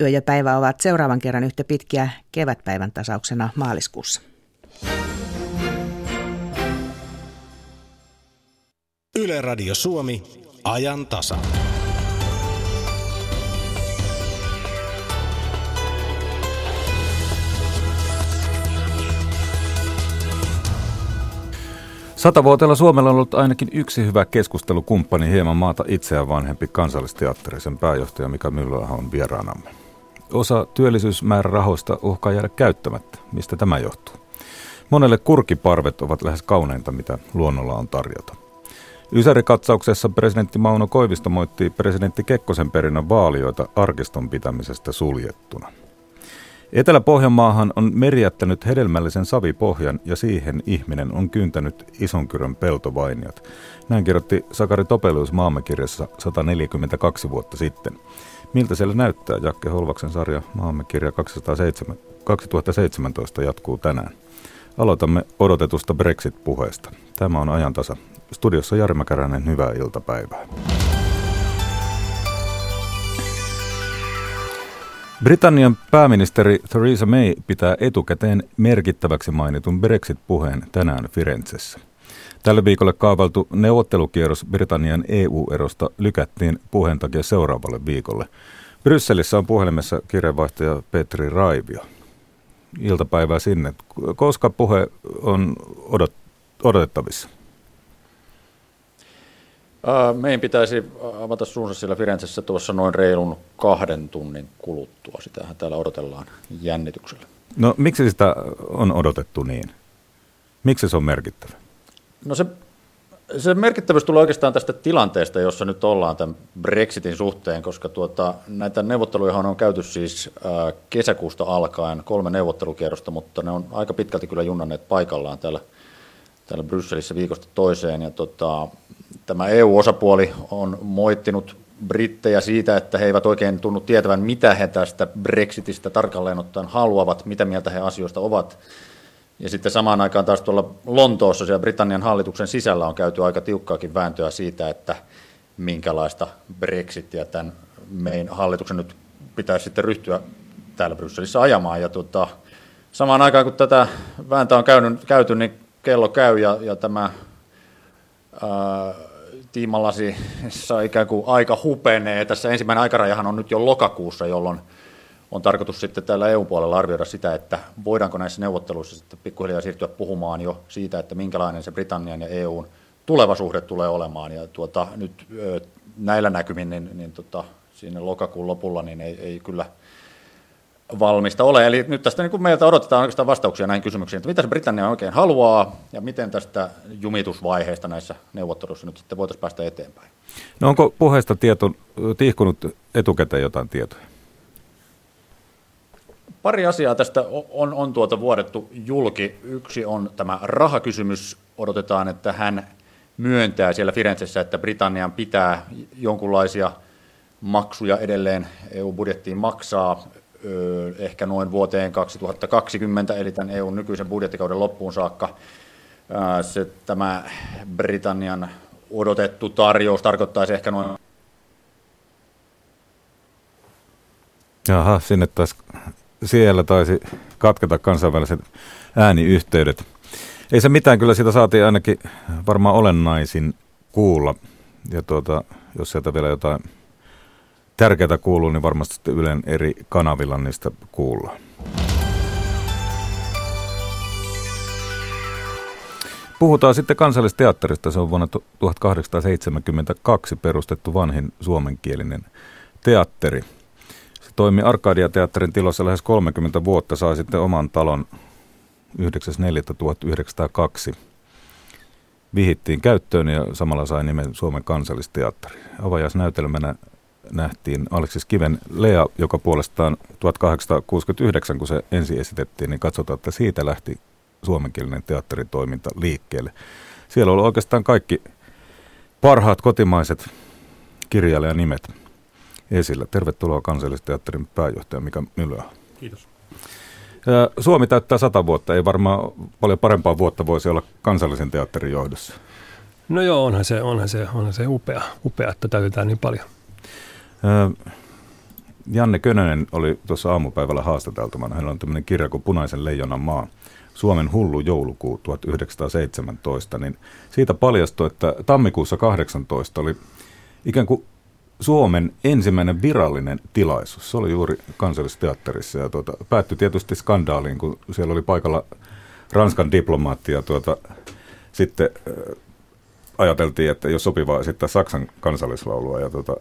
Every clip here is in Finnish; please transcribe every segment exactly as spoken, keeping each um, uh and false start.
Yö ja päivä ovat seuraavan kerran yhtä pitkiä kevätpäivän tasauksena maaliskuussa. Yle Radio Suomi, ajan tasa. Satavuotiaalla Suomella on ollut ainakin yksi hyvä keskustelukumppani, hieman maata itseään vanhempi Kansallisteatteri, sen pääjohtaja Mika Myllyaho on vieraanamme. Osa työllisyysmäärärahoista uhkaa jäädä käyttämättä. Mistä tämä johtuu? Monelle kurkiparvet ovat lähes kauneinta, mitä luonnolla on tarjota. Ysärikatsauksessa presidentti Mauno Koivisto moittii presidentti Kekkosen perinnön vaalioita arkiston pitämisestä suljettuna. Etelä-Pohjanmaahan on meri jättänyt hedelmällisen savipohjan ja siihen ihminen on kyntänyt Isonkyrön peltovainiot. Näin kirjoitti Sakari Topelius Maamme kirjassa sata neljäkymmentäkaksi vuotta sitten. Miltä siellä näyttää? Jakke Holvaksen sarja Maamme kirja kaksituhattaseitsemäntoista jatkuu tänään. Aloitamme odotetusta Brexit-puheesta. Tämä on ajan tasa. Studiossa Jari Mäkäräinen, hyvää iltapäivää. Britannian pääministeri Theresa May pitää etukäteen merkittäväksi mainitun Brexit-puheen tänään Firenzessä. Tällä viikolla kaavailtu neuvottelukierros Britannian E U-erosta lykättiin puheen takia seuraavalle viikolle. Brysselissä on puhelimessa kirjeenvaihtaja Petri Raivio. Iltapäivää sinne. Koska puhe on odot- odotettavissa? Meidän pitäisi avata suunsa siellä Firenzessä tuossa noin reilun kahden tunnin kuluttua. Sitähän täällä odotellaan jännityksellä. No miksi sitä on odotettu niin? Miksi se on merkittävä? No se, se merkittävyys tulee oikeastaan tästä tilanteesta, jossa nyt ollaan tämän Brexitin suhteen, koska tuota, näitä neuvotteluja on käyty siis ää, kesäkuusta alkaen, kolme neuvottelukierrosta, mutta ne on aika pitkälti kyllä junnanneet paikallaan täällä, täällä Brysselissä viikosta toiseen. Ja tota, tämä E U-osapuoli on moittinut brittejä siitä, että he eivät oikein tunnu tietävän, mitä he tästä Brexitistä tarkalleen ottaen haluavat, mitä mieltä he asioista ovat. Ja sitten samaan aikaan taas tuolla Lontoossa siellä Britannian hallituksen sisällä on käyty aika tiukkaakin vääntöä siitä, että minkälaista Brexitia tämän meidän hallituksen nyt pitäisi sitten ryhtyä täällä Brysselissä ajamaan. Ja tuota, samaan aikaan kun tätä vääntöä on käynyt, käyty, niin kello käy ja, ja tämä ää, tiimalasissa ikään kuin aika hupenee. Tässä ensimmäinen aikarajahan on nyt jo lokakuussa, jolloin on tarkoitus sitten täällä E U-puolella arvioida sitä, että voidaanko näissä neuvotteluissa sitten pikkuhiljaa siirtyä puhumaan jo siitä, että minkälainen se Britannian ja E U:n tuleva suhde tulee olemaan. Ja tuota, nyt näillä näkymin niin, niin tota, siinä lokakuun lopulla niin ei, ei kyllä valmista ole. Eli nyt tästä niin kuin meiltä odotetaan oikeastaan vastauksia näihin kysymyksiin, että mitä se Britannia oikein haluaa ja miten tästä jumitusvaiheesta näissä neuvotteluissa nyt sitten voitaisiin päästä eteenpäin. No onko puheesta tieto, tihkunut etukäteen jotain tietoja? Pari asiaa tästä on, on tuota vuodettu julki. Yksi on tämä rahakysymys. Odotetaan, että hän myöntää siellä Firenzessä, että Britannian pitää jonkunlaisia maksuja edelleen E U-budjettiin maksaa, ehkä noin vuoteen kaksituhattakaksikymmentä, eli tämän E U:n nykyisen budjettikauden loppuun saakka. Se, tämä Britannian odotettu tarjous tarkoittaisi ehkä noin... Jaha, sinne taas... Siellä taisi katketa kansainväliset ääniyhteydet. Ei se mitään, kyllä siitä saatiin ainakin varmaan olennaisin kuulla. Ja tuota, jos sieltä vielä jotain tärkeää kuuluu, niin varmasti sitten Ylen eri kanavilla niistä kuullaan. Puhutaan sitten Kansallisteatterista. Se on vuonna tuhatkahdeksansataaseitsemänkymmentäkaksi perustettu vanhin suomenkielinen teatteri. Toimi Arkadia-teatterin tilossa lähes kolmekymmentä vuotta, sai sitten oman talon yhdeksäs neljättä tuhatyhdeksänsataakaksi. Vihittiin käyttöön ja samalla sai nimen Suomen Kansallisteatteri. Avajaisnäytelmänä nähtiin Aleksis Kiven Lea, joka puolestaan tuhatkahdeksansataakuusikymmentäyhdeksän, kun se ensin esitettiin, niin katsotaan, että siitä lähti suomenkielinen teatteritoiminta liikkeelle. Siellä oli oikeastaan kaikki parhaat kotimaiset kirjailijanimet esillä. Tervetuloa Kansallisteatterin pääjohtaja Mika Myllyaho. Kiitos. Suomi täyttää sata vuotta. Ei varmaan paljon parempaa vuotta voisi olla Kansallisen teatterin johdossa. No joo, onhan se, onhan se, onhan se upea, upea, että täytetään niin paljon. Janne Könönen oli tuossa aamupäivällä haastateltavana. Hänellä on tämmöinen kirja kuin Punaisen leijonan maa, Suomen hullu joulukuu tuhatyhdeksänsataaseitsemäntoista. Niin siitä paljastui, että tammikuussa kahdeksantoista oli ikään kuin Suomen ensimmäinen virallinen tilaisuus. Se oli juuri Kansallisteatterissa ja tuota, päättyi tietysti skandaaliin, kun siellä oli paikalla Ranskan diplomaatti ja tuota, sitten äh, ajateltiin, että jos sopivaa esittää Saksan kansallislaulua ja tuota,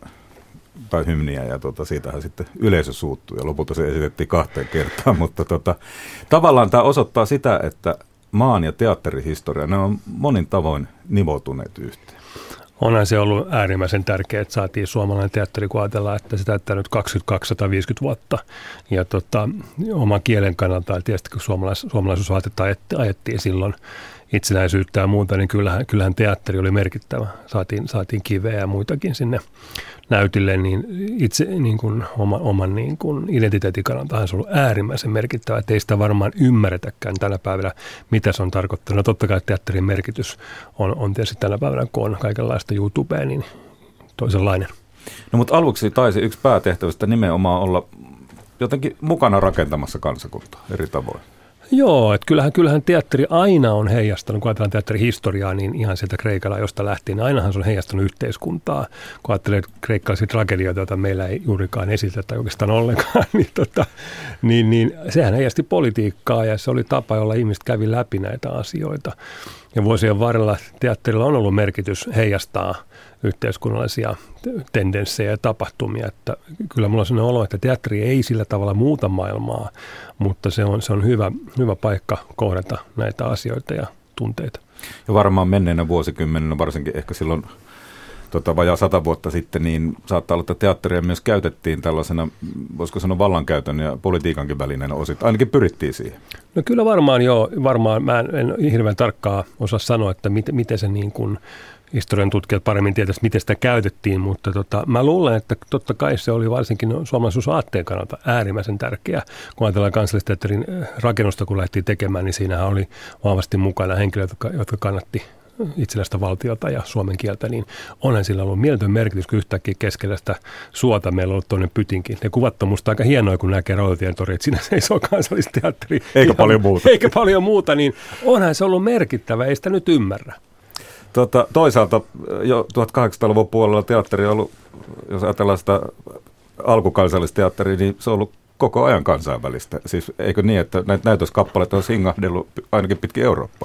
tai hymniä ja tuota, siitähän sitten yleisö suuttui ja lopulta se esitettiin kahteen kertaan, mutta tuota, tavallaan tämä osoittaa sitä, että maan ja teatterihistoria, ne on monin tavoin nivoutuneet yhteen. Onhan se ollut äärimmäisen tärkeää, että saatiin suomalainen teatteri, kun ajatellaan, että se täyttää nyt kaksikymmentä-kaksisataaviisikymmentä vuotta. Ja tota, oman kielen kannalta, tietysti kun suomalais, suomalaisuusvaatetta ajettiin silloin itsenäisyyttä ja muuta, niin kyllähän, kyllähän teatteri oli merkittävä. Saatiin, saatiin kiveä ja muitakin sinne näytille, niin itse niin kuin oman, oman niin kuin identiteetin kannalta se on ollut äärimmäisen merkittävä. Että ei sitä varmaan ymmärretäkään tänä päivänä, mitä se on tarkoittanut. No totta kai teatterin merkitys on, on tietysti tänä päivänä, kun on kaikenlaista YouTubea, niin toisenlainen. No mutta aluksi taisi yksi päätehtävistä nimenomaan olla jotenkin mukana rakentamassa kansakuntaa eri tavoin. Joo, että kyllähän, kyllähän teatteri aina on heijastanut, kun ajatellaan teatterihistoriaa, niin ihan sieltä Kreikalla, josta lähtien, niin ainahan se on heijastanut yhteiskuntaa. Kun ajattelee kreikkalaisia tragedioita, joita meillä ei juurikaan esitetä tai oikeastaan ollenkaan, niin, tota, niin, niin sehän heijasti politiikkaa ja se oli tapa, jolla ihmiset kävi läpi näitä asioita. Ja vuosien varrella teatterilla on ollut merkitys heijastaa yhteiskunnallisia tendenssejä ja tapahtumia. Että kyllä mulla on sellainen olo, että teatteri ei sillä tavalla muuta maailmaa, mutta se on, se on hyvä, hyvä paikka kohdata näitä asioita ja tunteita. Ja varmaan menneenä vuosikymmenenä, varsinkin ehkä silloin tota, vajaa sata vuotta sitten, niin saattaa olla, että teatteria myös käytettiin tällaisena, voisiko sanoa vallankäytön ja politiikankin välineenä osittain. Ainakin pyrittiin siihen. No kyllä varmaan joo, varmaan mä en hirveän tarkkaa osaa sanoa, että miten, miten se niin kuin historian tutkijat paremmin tietäisivät, miten sitä käytettiin, mutta tota, mä luulen, että totta kai se oli varsinkin suomalaisuusaatteen kannalta äärimmäisen tärkeä. Kun ajatellaan Kansallisteatterin rakennusta, kun lähtiin tekemään, niin siinähän oli vahvasti mukana henkilöitä, jotka, jotka kannatti itsenäistä valtiota ja suomen kieltä, niin onhan sillä ollut mieletön merkitys, kun yhtäkkiä keskellä sitä suota meillä on ollut toinen pytinkin. Ne kuvat on musta aika hienoja, kun näkee Rautatien tori, että siinä seisoo Kansallisteatteri. Eikä ihan, paljon muuta. Eikä paljon muuta, niin onhan se ollut merkittävä, ei sitä nyt ymmärrä. Tota, toisaalta jo tuhatkahdeksansataaluvun puolella teatteri on ollut, jos ajatellaan sitä alkukansallisteatteria, niin se on ollut koko ajan kansainvälistä. Siis eikö niin, että näitä näytöskappaleita on singahdellut ainakin pitkin Eurooppaa?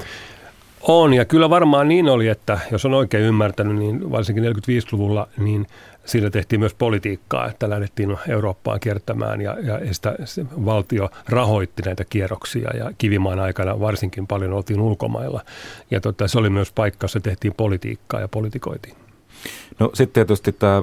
On, ja kyllä varmaan niin oli, että jos on oikein ymmärtänyt, niin varsinkin neljäkymmentäviisiluvulla, niin sillä tehtiin myös politiikkaa, että lähdettiin Eurooppaan kiertämään ja, ja sitä valtio rahoitti näitä kierroksia ja Kivimaan aikana varsinkin paljon oltiin ulkomailla. Ja tota, se oli myös paikka, jossa tehtiin politiikkaa ja politikoitiin. No sitten tietysti tämä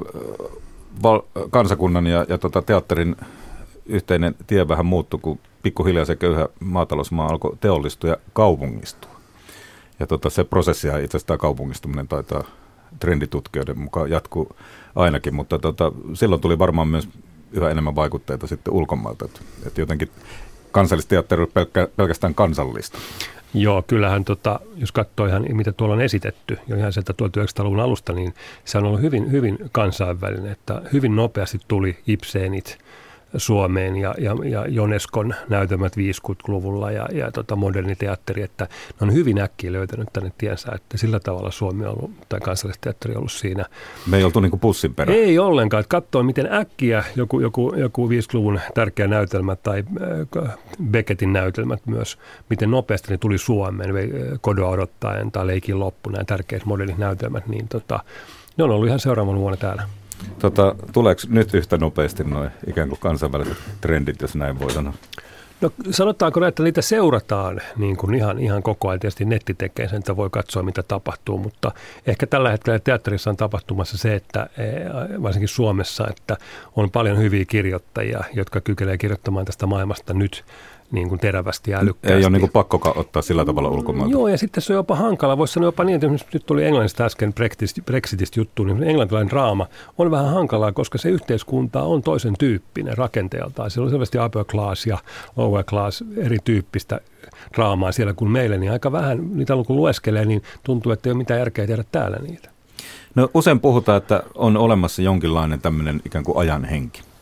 val- kansakunnan ja, ja tota teatterin yhteinen tie vähän muuttui, kun pikkuhiljaa se köyhä maatalousmaa alkoi teollistua ja kaupungistua. Ja tota, se prosessi ja itse asiassa tämä kaupungistuminen taitaa trenditutkijoiden mukaan jatkuu ainakin, mutta tota, silloin tuli varmaan myös yhä enemmän vaikutteita sitten ulkomailta, että, että jotenkin kansallisteatteri on pelkkä, pelkästään kansallista. Joo, kyllähän tota, jos katsoo ihan mitä tuolla on esitetty jo ihan sieltä tuhatyhdeksänsataaluvun alusta, niin se on ollut hyvin, hyvin kansainvälinen, että hyvin nopeasti tuli Ibsenit Suomeen ja, ja, ja Joneskon näytelmät viisikymmentäluvulla ja, ja tota moderni teatteri, että ne on hyvin äkkiä löytänyt tänne tiensä, että sillä tavalla Suomi on ollut, tai Kansallisteatteri on ollut siinä. Me ei oltu niin kuin pussin perään. Ei ollenkaan, että katsoo miten äkkiä joku, joku, joku viisikymmentäluvun tärkeä näytelmä tai äh, Beckettin näytelmät myös, miten nopeasti ne tuli Suomeen, Kodoa odottaen tai Leikin loppu, nämä tärkeät modernit näytelmät, niin tota, ne on ollut ihan seuraavan vuonna täällä. Tota, tuleeko nyt yhtä nopeasti nuo ikään kuin kansainväliset trendit, jos näin voi sanoa? No sanotaanko, että niitä seurataan niin kuin ihan, ihan koko ajan. Tietysti netti tekee sen, että voi katsoa, mitä tapahtuu, mutta ehkä tällä hetkellä teatterissa on tapahtumassa se, että varsinkin Suomessa, että on paljon hyviä kirjoittajia, jotka kykenevät kirjoittamaan tästä maailmasta nyt niin kuin terävästi ja älykkäästi. Ei ole niin kuin pakko ottaa sillä tavalla ulkomailta. Joo, ja sitten se on jopa hankala. Voisi sanoa jopa niin, että nyt tuli Englannista äsken Brexitistä juttu, niin englantilainen draama on vähän hankalaa, koska se yhteiskunta on toisen tyyppinen rakenteeltaan. Siellä on selvästi upper class ja lower class erityyppistä draamaa siellä kuin meillä, niin aika vähän niitä kun lueskelee, niin tuntuu, että ei ole mitään järkeä tehdä täällä niitä. No usein puhutaan, että on olemassa jonkinlainen tämmöinen ikään kuin ajan henki.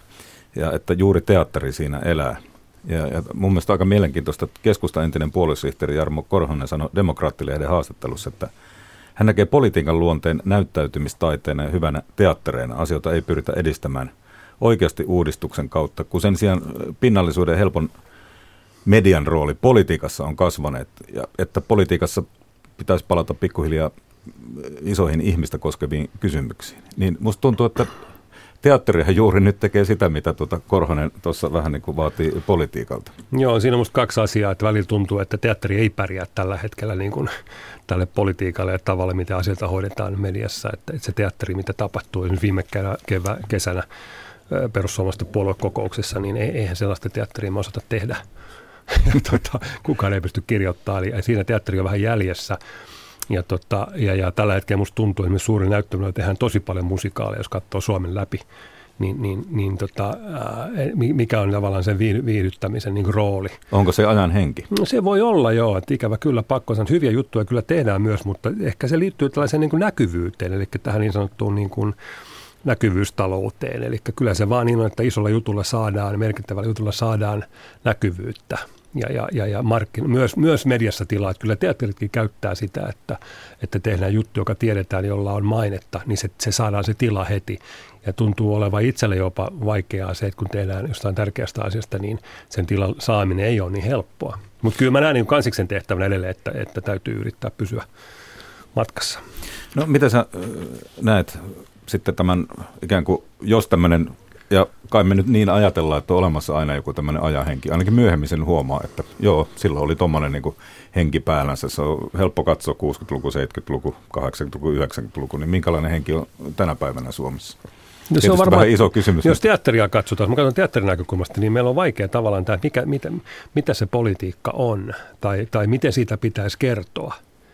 ja että juuri teatteri siinä elää. Ja, ja mun mielestä aika mielenkiintoista, että keskustan entinen puoluesihteeri Jarmo Korhonen sanoi Demokraattilehden haastattelussa, että hän näkee politiikan luonteen näyttäytymistaiteena ja hyvänä teattereina. Asioita ei pyritä edistämään oikeasti uudistuksen kautta, kun sen sijaan pinnallisuuden ja helpon median rooli politiikassa on kasvaneet, ja että politiikassa pitäisi palata pikkuhiljaa isoihin ihmistä koskeviin kysymyksiin. Niin musta tuntuu, että teatterihan juuri nyt tekee sitä, mitä tuota Korhonen tuossa vähän niin kuin vaatii politiikalta. Joo, siinä on musta kaksi asiaa, että välillä tuntuu, että teatteri ei pärjää tällä hetkellä niin kuin tälle politiikalle ja tavalle, mitä asioita hoidetaan mediassa. Että se teatteri, mitä tapahtuu esimerkiksi viime kevä, kesänä perussuomalaisten puoluekokouksessa, niin eihän sellaista teatteria me osata tehdä. tota, kukaan ei pysty kirjoittamaan, eli siinä teatteri on vähän jäljessä. Ja, tota, ja, ja tällä hetkellä musta tuntuu, että esimerkiksi suurin näyttämöllä tehdään tosi paljon musikaaleja, jos katsoo Suomen läpi, niin, niin, niin tota, ää, mikä on tavallaan sen viihdyttämisen niin kuin rooli. Onko se ajan henki? No, se voi olla joo, että ikävä kyllä pakko sanoa, hyviä juttuja kyllä tehdään myös, mutta ehkä se liittyy tällaiseen niin kuin näkyvyyteen, eli tähän niin sanottuun niin kuin näkyvyystalouteen. Eli kyllä se vaan niin on, että isolla jutulla saadaan, merkittävällä jutulla saadaan näkyvyyttä. Ja, ja, ja, ja markkin, myös, myös mediassa tilaa, että kyllä teatteritkin käyttää sitä, että, että tehdään juttu, joka tiedetään, jolla on mainetta, niin se, se saadaan se tila heti. Ja tuntuu olevan itselle jopa vaikeaa se, että kun tehdään jostain tärkeästä asiasta, niin sen tilan saaminen ei ole niin helppoa. Mutta kyllä mä näen niin kansiksen tehtävänä edelleen, että, että täytyy yrittää pysyä matkassa. No mitä sä näet sitten tämän ikään kuin, jos tämmöinen, ja kai me nyt niin ajatellaan, että on olemassa aina joku tämmöinen ajahenki. Ainakin myöhemmin sen huomaa, että joo, silloin oli tommoinen niin kuin henki päällänsä. Se on helppo katsoa kuusikymmentäluku, seitsemänkymmentäluku, kahdeksankymmentäluku, yhdeksänkymmentäluku, niin minkälainen henki on tänä päivänä Suomessa? No se on varmaan vähän iso kysymys. Jos teatteria katsotaan, jos mä katson teatterin näkökulmasta, niin meillä on vaikea tavallaan tämä, mikä, mitä, mitä se politiikka on tai, tai miten siitä pitäisi kertoa.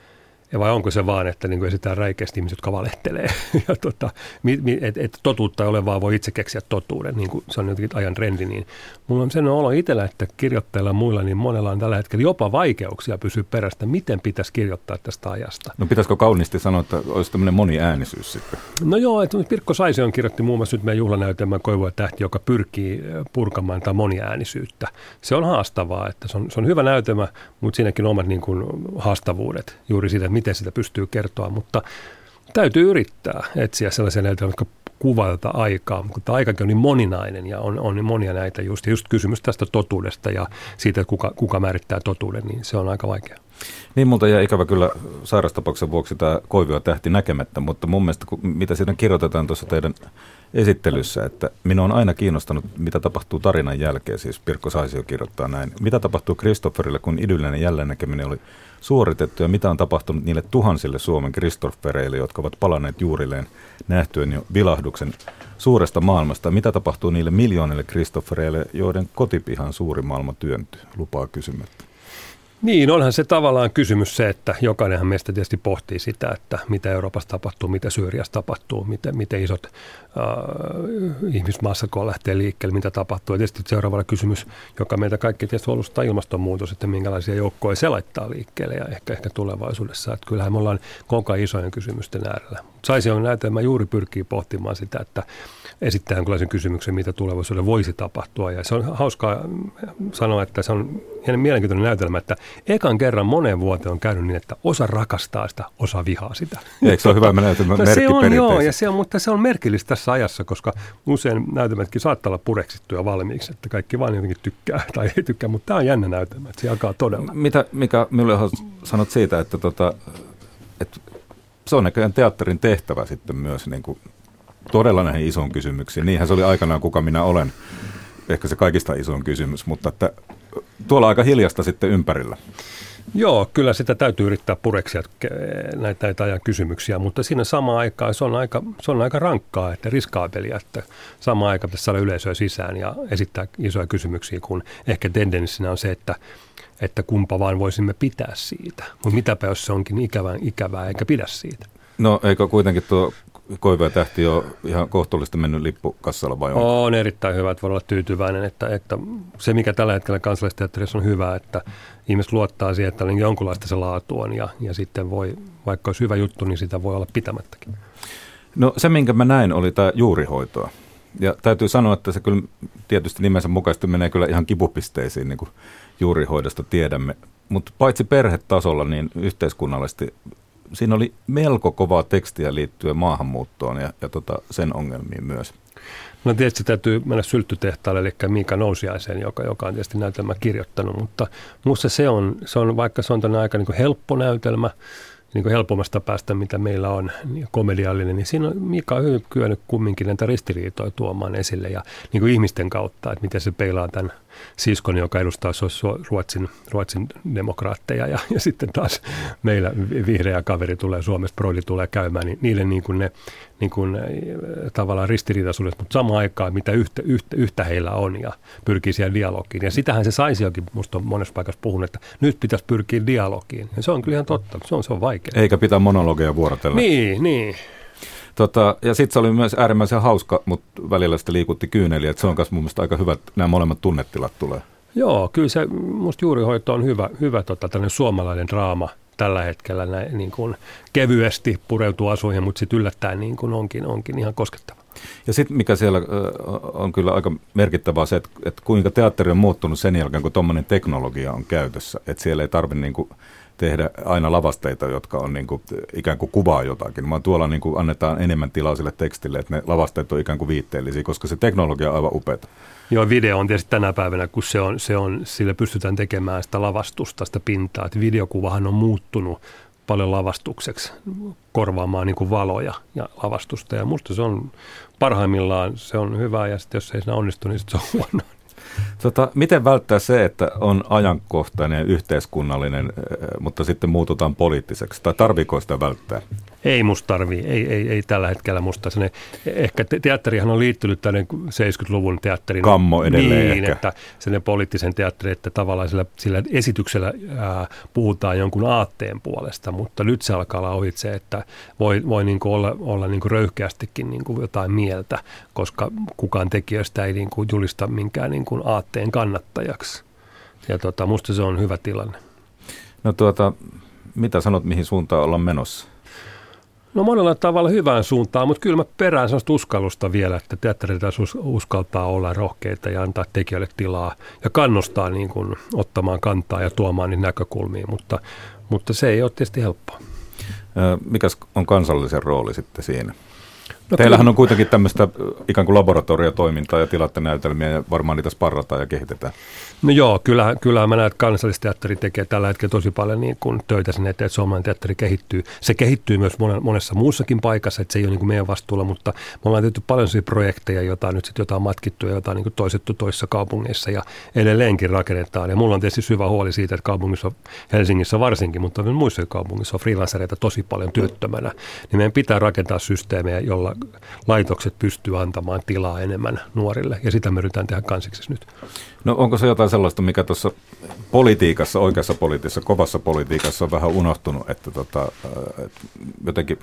Ja vai onko se vaan, että niin kuin esitään räikeästi ihmiset, jotka valehtelee. ja tota, että et totuutta ei ole, vaan voi itse keksiä totuuden, niin kuin se on jotenkin ajan trendi. Niin mulla on sellainen olo itsellä, että kirjoittajilla ja muilla, niin monella on tällä hetkellä jopa vaikeuksia pysyä perästä, miten pitäisi kirjoittaa tästä ajasta. No pitäisikö kauniisti sanoa, että olisi tämmöinen moniäänisyys sitten? No joo, että Pirkko Saision kirjoitti muun muassa nyt meidän juhlanäytelmän Koivu ja tähti, joka pyrkii purkamaan tätä moniäänisyyttä. Se on haastavaa, että se on, se on hyvä näytelmä, mutta siinäkin on omat niin kuin haastavuudet juuri siitä, miten sitä pystyy kertoa, mutta täytyy yrittää etsiä sellaisia näytelmiä, jotka kuvaa tätä aikaa, mutta aikakin on niin moninainen ja on, on niin monia näitä just, just kysymys tästä totuudesta ja siitä, että kuka, kuka määrittää totuuden, niin se on aika vaikea. Niin multa jäi ikävä kyllä sairastapauksen vuoksi tämä Koivu ja tähti näkemättä, mutta mun mielestä mitä siinä kirjoitetaan tuossa teidän esittelyssä, että minua on aina kiinnostanut, mitä tapahtuu tarinan jälkeen, siis Pirkko Saisio kirjoittaa näin. Mitä tapahtuu Christopherille, kun idyllinen jälleen näkeminen oli suoritettu ja mitä on tapahtunut niille tuhansille Suomen Christophereille, jotka ovat palanneet juurilleen nähtyen jo vilahduksen suuresta maailmasta. Mitä tapahtuu niille miljoonille Christophereille, joiden kotipihan suuri maailma työntyy, lupaa kysymättä? Niin, onhan se tavallaan kysymys se, että jokainenhan meistä tietysti pohtii sitä, että mitä Euroopassa tapahtuu, mitä Syyriassa tapahtuu, miten, miten isot äh, ihmismassako lähtee liikkeelle, mitä tapahtuu. Ja tietysti seuraava kysymys, joka meitä kaikki tietysti huolustaa ilmastonmuutos, että minkälaisia joukkoja se laittaa liikkeelle ja ehkä, ehkä tulevaisuudessa. Että kyllähän me ollaan koko ajan isojen kysymysten äärellä. Saision näytelmä juuri pyrkii pohtimaan sitä, että esittää jonkinlaisen kysymyksen, mitä tulevaisuudessa voisi tapahtua. Ja se on hauskaa sanoa, että se on mielenkiintoinen näytelmä, että ekan kerran moneen vuoteen on käynyt niin, että osa rakastaa sitä, osa vihaa sitä. Eikö se ole hyvä näytelmä? No se on joo, ja se on, mutta se on merkillistä tässä ajassa, koska usein näytelmätkin saattaa olla pureksittuja valmiiksi, että kaikki vaan jotenkin tykkää tai ei tykkää, mutta tämä on jännä näytelmä, että se jakaa todella. Mitä, Mika Myllyhän sanot siitä, että, tota, että se on näköjään teatterin tehtävä sitten myös niin kuin todella näihin isoon kysymyksiin. Niinhän se oli aikanaan, kuka minä olen. Ehkä se kaikista isoin kysymys, mutta että tuolla aika hiljasta sitten ympärillä. Joo, kyllä sitä täytyy yrittää pureksia näitä, näitä ajan kysymyksiä, mutta siinä samaan aikaan se on aika, se on aika rankkaa, että riskaapelia, että samaan aikaan pitäisi saada yleisöä sisään ja esittää isoja kysymyksiä, kun ehkä tendenssinä on se, että, että kumpa vaan voisimme pitää siitä. Mutta mitäpä jos se onkin ikävää, ikävää eikä pidä siitä? No eikö kuitenkin tuo Koivu ja tähti on ihan kohtuullisesti mennyt lippukassalla vai onko? On erittäin hyvä, että voi olla tyytyväinen, että, että se mikä tällä hetkellä Kansallisteatterissa on hyvä, että ihmiset luottaa siihen, että jonkunlaista se laatu on ja, ja sitten voi, vaikka olisi hyvä juttu, niin sitä voi olla pitämättäkin. No se minkä mä näin oli tämä juurihoitoa Ja täytyy sanoa, että se kyllä tietysti nimensä mukaisesti menee kyllä ihan kipupisteisiin, niin kuin juurihoidosta tiedämme. Mutta paitsi perhetasolla, niin yhteiskunnallisesti siinä oli melko kovaa tekstiä liittyen maahanmuuttoon ja, ja tota sen ongelmiin myös. No tietysti täytyy mennä sylttytehtaalle, eli Miika Nousiaiseen, joka, joka on tietysti näytelmä kirjoittanut, mutta minusta se on, se on, vaikka se on aika niin kuin helppo näytelmä, niin kuin helpommasta päästä, mitä meillä on, niin komediallinen, niin siinä on Miika on hyvin kyennyt kumminkin näitä ristiriitoja tuomaan esille ja niin kuin ihmisten kautta, että miten se peilaa tämän siskon, joka edustaa Ruotsin, Ruotsin demokraatteja ja, ja sitten taas meillä vihreä kaveri tulee Suomesta, Broidi tulee käymään, niin niille niin kuin ne niin kuin, tavallaan ristiriitaisuudet, mutta samaan aikaan mitä yhtä, yhtä, yhtä heillä on ja pyrkii siihen dialogiin. Ja sitähän se saisi jokin, musta on monessa paikassa puhunut, että nyt pitäisi pyrkiä dialogiin. Ja se on kyllä ihan totta, se on, se on vaikea. Eikä pitää monologeja vuorotella. Niin, niin. Tota, ja sitten se oli myös äärimmäisen hauska, mutta välillä sitä liikutti kyyneliä, että se on myös mun mielestä aika hyvä, että nämä molemmat tunnetilat tulee. Joo, kyllä se musta juurihoito on hyvä, hyvä tota, tällainen suomalainen draama tällä hetkellä näin, niin kuin kevyesti pureutuu asuihin, mutta sitten yllättäen niin kuin onkin, onkin ihan koskettava. Ja sitten mikä siellä on kyllä aika merkittävää se, että, että kuinka teatteri on muuttunut sen jälkeen, kun tuommoinen teknologia on käytössä, että siellä ei tarvitse niin kuin tehdä aina lavasteita, jotka on niin kuin, ikään kuin kuvaa jotakin, vaan tuolla niin kuin annetaan enemmän tilaa sille tekstille, että ne lavasteet on ikään kuin viitteellisiä, koska se teknologia on aivan upeata. Joo, video on tietysti tänä päivänä, kun se on, se on, sillä pystytään tekemään sitä lavastusta, sitä pintaa, että videokuvahan on muuttunut paljon lavastukseksi, korvaamaan niin kuin valoja ja lavastusta, ja musta se on parhaimmillaan, se on hyvä, ja sitten jos ei siinä onnistu, niin se on huono. Tota, miten välttää se, että on ajankohtainen ja yhteiskunnallinen, mutta sitten muututaan poliittiseksi? Tai tarviiko sitä välttää? Ei musta tarvii, ei, ei, ei tällä hetkellä musta. Sellainen, ehkä te- teatterihan on liittynyt tänne seitsemänkymmentäluvun teatterin. Kammo edelleen niin, ehkä. että sellainen poliittisen teatteri, että tavallaan sillä, sillä esityksellä ää, puhutaan jonkun aatteen puolesta, mutta nyt se alkaa olla ohitse, että voi, voi niinku olla, olla niinku röyhkeästikin niinku jotain mieltä, koska kukaan tekijöistä ei niinku julista minkään niinku aatteen kannattajaksi. Ja tota, musta se on hyvä tilanne. No tuota, mitä sanot, mihin suuntaan ollaan menossa? No monella tavalla hyvään suuntaan, mutta kyllä mä perään sellaista uskallusta vielä, että teatterilta uskaltaa olla rohkeita ja antaa tekijöille tilaa ja kannustaa niin kuin ottamaan kantaa ja tuomaan niitä näkökulmia, mutta, mutta se ei ole tietysti helppoa. Mikäs on kansallisen rooli sitten siinä? No Teillähän kyllä. on kuitenkin tämmöistä ikään kuin laboratoriotoimintaa ja tilatte näytelmiä ja varmaan niitä sparrataan ja kehitetään. No joo, kyllähän, kyllähän mä näen, että Kansallisteatteri tekee tällä hetkellä tosi paljon niin kuin töitä sen eteen, että suomalainen teatteri kehittyy. Se kehittyy myös monessa muussakin paikassa, että se ei ole niin kuin meidän vastuulla, mutta me ollaan tehty paljon sellaisia projekteja, joita nyt sitten jotain matkittu ja jotain niin kuin toisettu toisissa kaupungeissa ja edelleenkin rakennetaan. Ja mulla on tietysti syvä huoli siitä, että kaupungissa, Helsingissä varsinkin, mutta myös muissa kaupungissa on freelancereita tosi paljon työttömänä. Niin meidän pitää rakentaa systeemejä, jolla laitokset pystyy antamaan tilaa enemmän nuorille, ja sitä me yritetään tehdä kansiksi nyt. No onko se jotain sellaista, mikä tuossa politiikassa, oikeassa politiikassa, kovassa politiikassa on vähän unohtunut, että tota, että jotenkin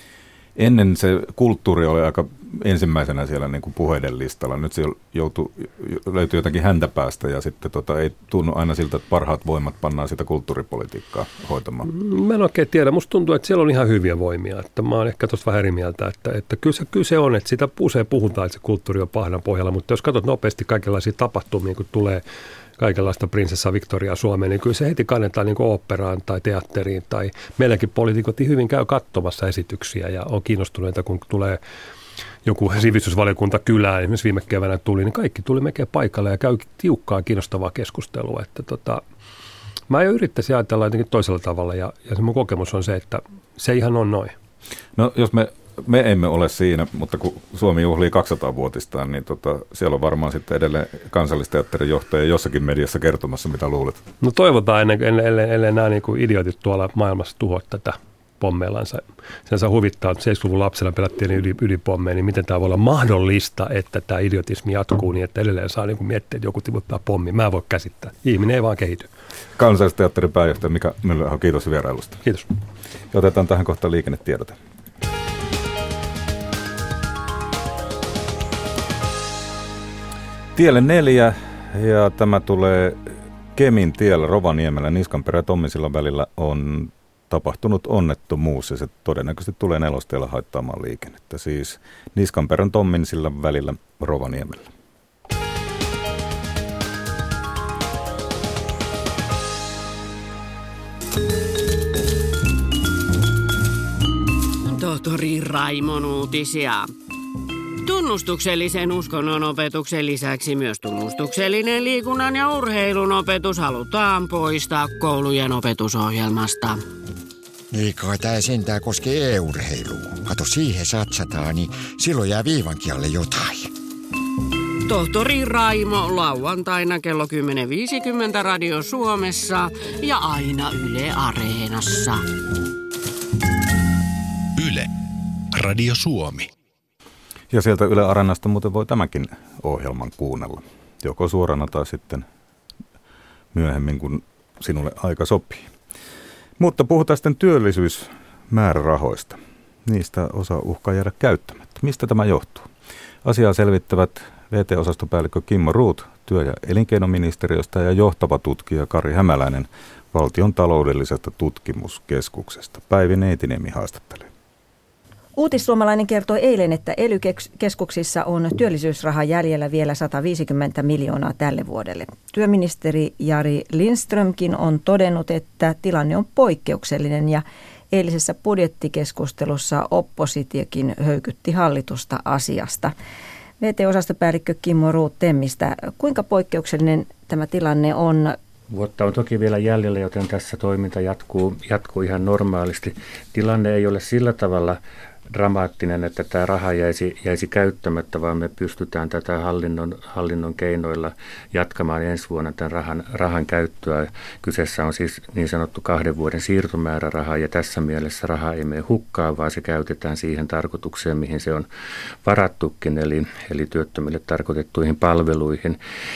ennen se kulttuuri oli aika ensimmäisenä siellä niin kuin puheiden listalla. Nyt se joutuu, löytyy jotakin häntä päästä ja sitten tota, ei tunnu aina siltä, että parhaat voimat pannaan sitä kulttuuripolitiikkaa hoitamaan. Mä en oikein tiedä. Musta tuntuu, että siellä on ihan hyviä voimia. Että mä oon ehkä tuossa vähän eri mieltä, että, että kyllä, se, kyllä se on, että sitä usein puhutaan, että se kulttuuri on pahdan pohjalla, mutta jos katsot nopeasti kaikenlaisia tapahtumia, kun tulee kaikenlaista prinsessa Victoriaa Suomeen, niin kyllä se heti kannetaan niin kuin oopperaan tai teatteriin. Tai meilläkin poliitikot hyvin käy katsomassa esityksiä ja on kiinnostuneita, kun tulee joku sivistysvaliokunta kylään, esimerkiksi viime keväänä tuli, niin kaikki tuli melkein paikalle ja käy tiukkaa kiinnostavaa keskustelua. Että tota, mä jo yrittäisin ajatella jotenkin toisella tavalla ja, ja se mun kokemus on se, että se ihan on noin. No jos me, me emme ole siinä, mutta kun Suomi juhlii kaksisataavuotistaan, niin tota, siellä on varmaan sitten edelleen Kansallisteatterin johtaja jossakin mediassa kertomassa, mitä luulet. No toivotaan, ennen, ennen, ennen, ennen nämä niin kuin idiotit tuolla maailmassa tuhoa tätä pommeillansa. Sen saa huvittaa, että seitsemänkymmentäluvun lapsena pelattiin ydin, ydinpommeja, niin miten tämä voi olla mahdollista, että tämä idiotismi jatkuu niin, että edelleen saa niin kuin miettiä, että joku tiputtaa pommi. Mä en voi käsittää. Ihminen ei vaan kehity. Kansallisteatterin pääjohtaja Mika Myllyaho, kiitos vierailusta. Kiitos. Ja otetaan tähän kohtaan liikennetiedote. Tielle neljä ja tämä tulee Kemin tiellä Rovaniemellä Niskanperä ja Tommisillan välillä on tapahtunut onnettomuus ja se todennäköisesti tulee nelosteella haittaamaan liikennettä. Siis Niskanperän Tomminsillan välillä Rovaniemellä. Tohtori Raimon uutisia. Tunnustuksellisen uskonnon opetuksen lisäksi myös tunnustuksellinen liikunnan ja urheilun opetus halutaan poistaa koulujen opetusohjelmasta. Ei kai tää sentään koskee e-urheilua. Kato, siihen satsataan, niin silloin jää viivankin alle jotain. Tohtori Raimo lauantaina kello kymmenen viisikymmentä Radio Suomessa ja aina Yle Areenassa. Yle, Radio Suomi. Ja sieltä Yle Areenasta muuten voi tämänkin ohjelman kuunnella, joko suorana tai sitten myöhemmin, kun sinulle aika sopii. Mutta puhutaan sitten työllisyysmäärärahoista. Niistä osa uhkaa jäädä käyttämättä. Mistä tämä johtuu? Asiaa selvittävät V T-osastopäällikkö Kimmo Ruut työ- ja elinkeinoministeriöstä ja johtava tutkija Kari Hämäläinen Valtion taloudellisesta tutkimuskeskuksesta. Päivi Neitiniemi haastattelee. Uutissuomalainen kertoi eilen, että E L Y-keskuksissa on työllisyysraha jäljellä vielä sata viisikymmentä miljoonaa tälle vuodelle. Työministeri Jari Lindströmkin on todennut, että tilanne on poikkeuksellinen ja eilisessä budjettikeskustelussa oppositiokin höykytti hallitusta asiasta. V T-osastopäällikkö Kimmo Ruut Temmistä, kuinka poikkeuksellinen tämä tilanne on? Vuotta on toki vielä jäljellä, joten tässä toiminta jatkuu, jatkuu ihan normaalisti. Tilanne ei ole sillä tavalla dramaattinen, että tämä raha jäisi, jäisi käyttämättä, vaan me pystytään tätä hallinnon, hallinnon keinoilla jatkamaan ensi vuonna tämän rahan, rahan käyttöä. Kyseessä on siis niin sanottu kahden vuoden siirtomääräraha, ja tässä mielessä raha ei mene hukkaan, vaan se käytetään siihen tarkoitukseen, mihin se on varattukin, eli, eli työttömille tarkoitettuihin palveluihin.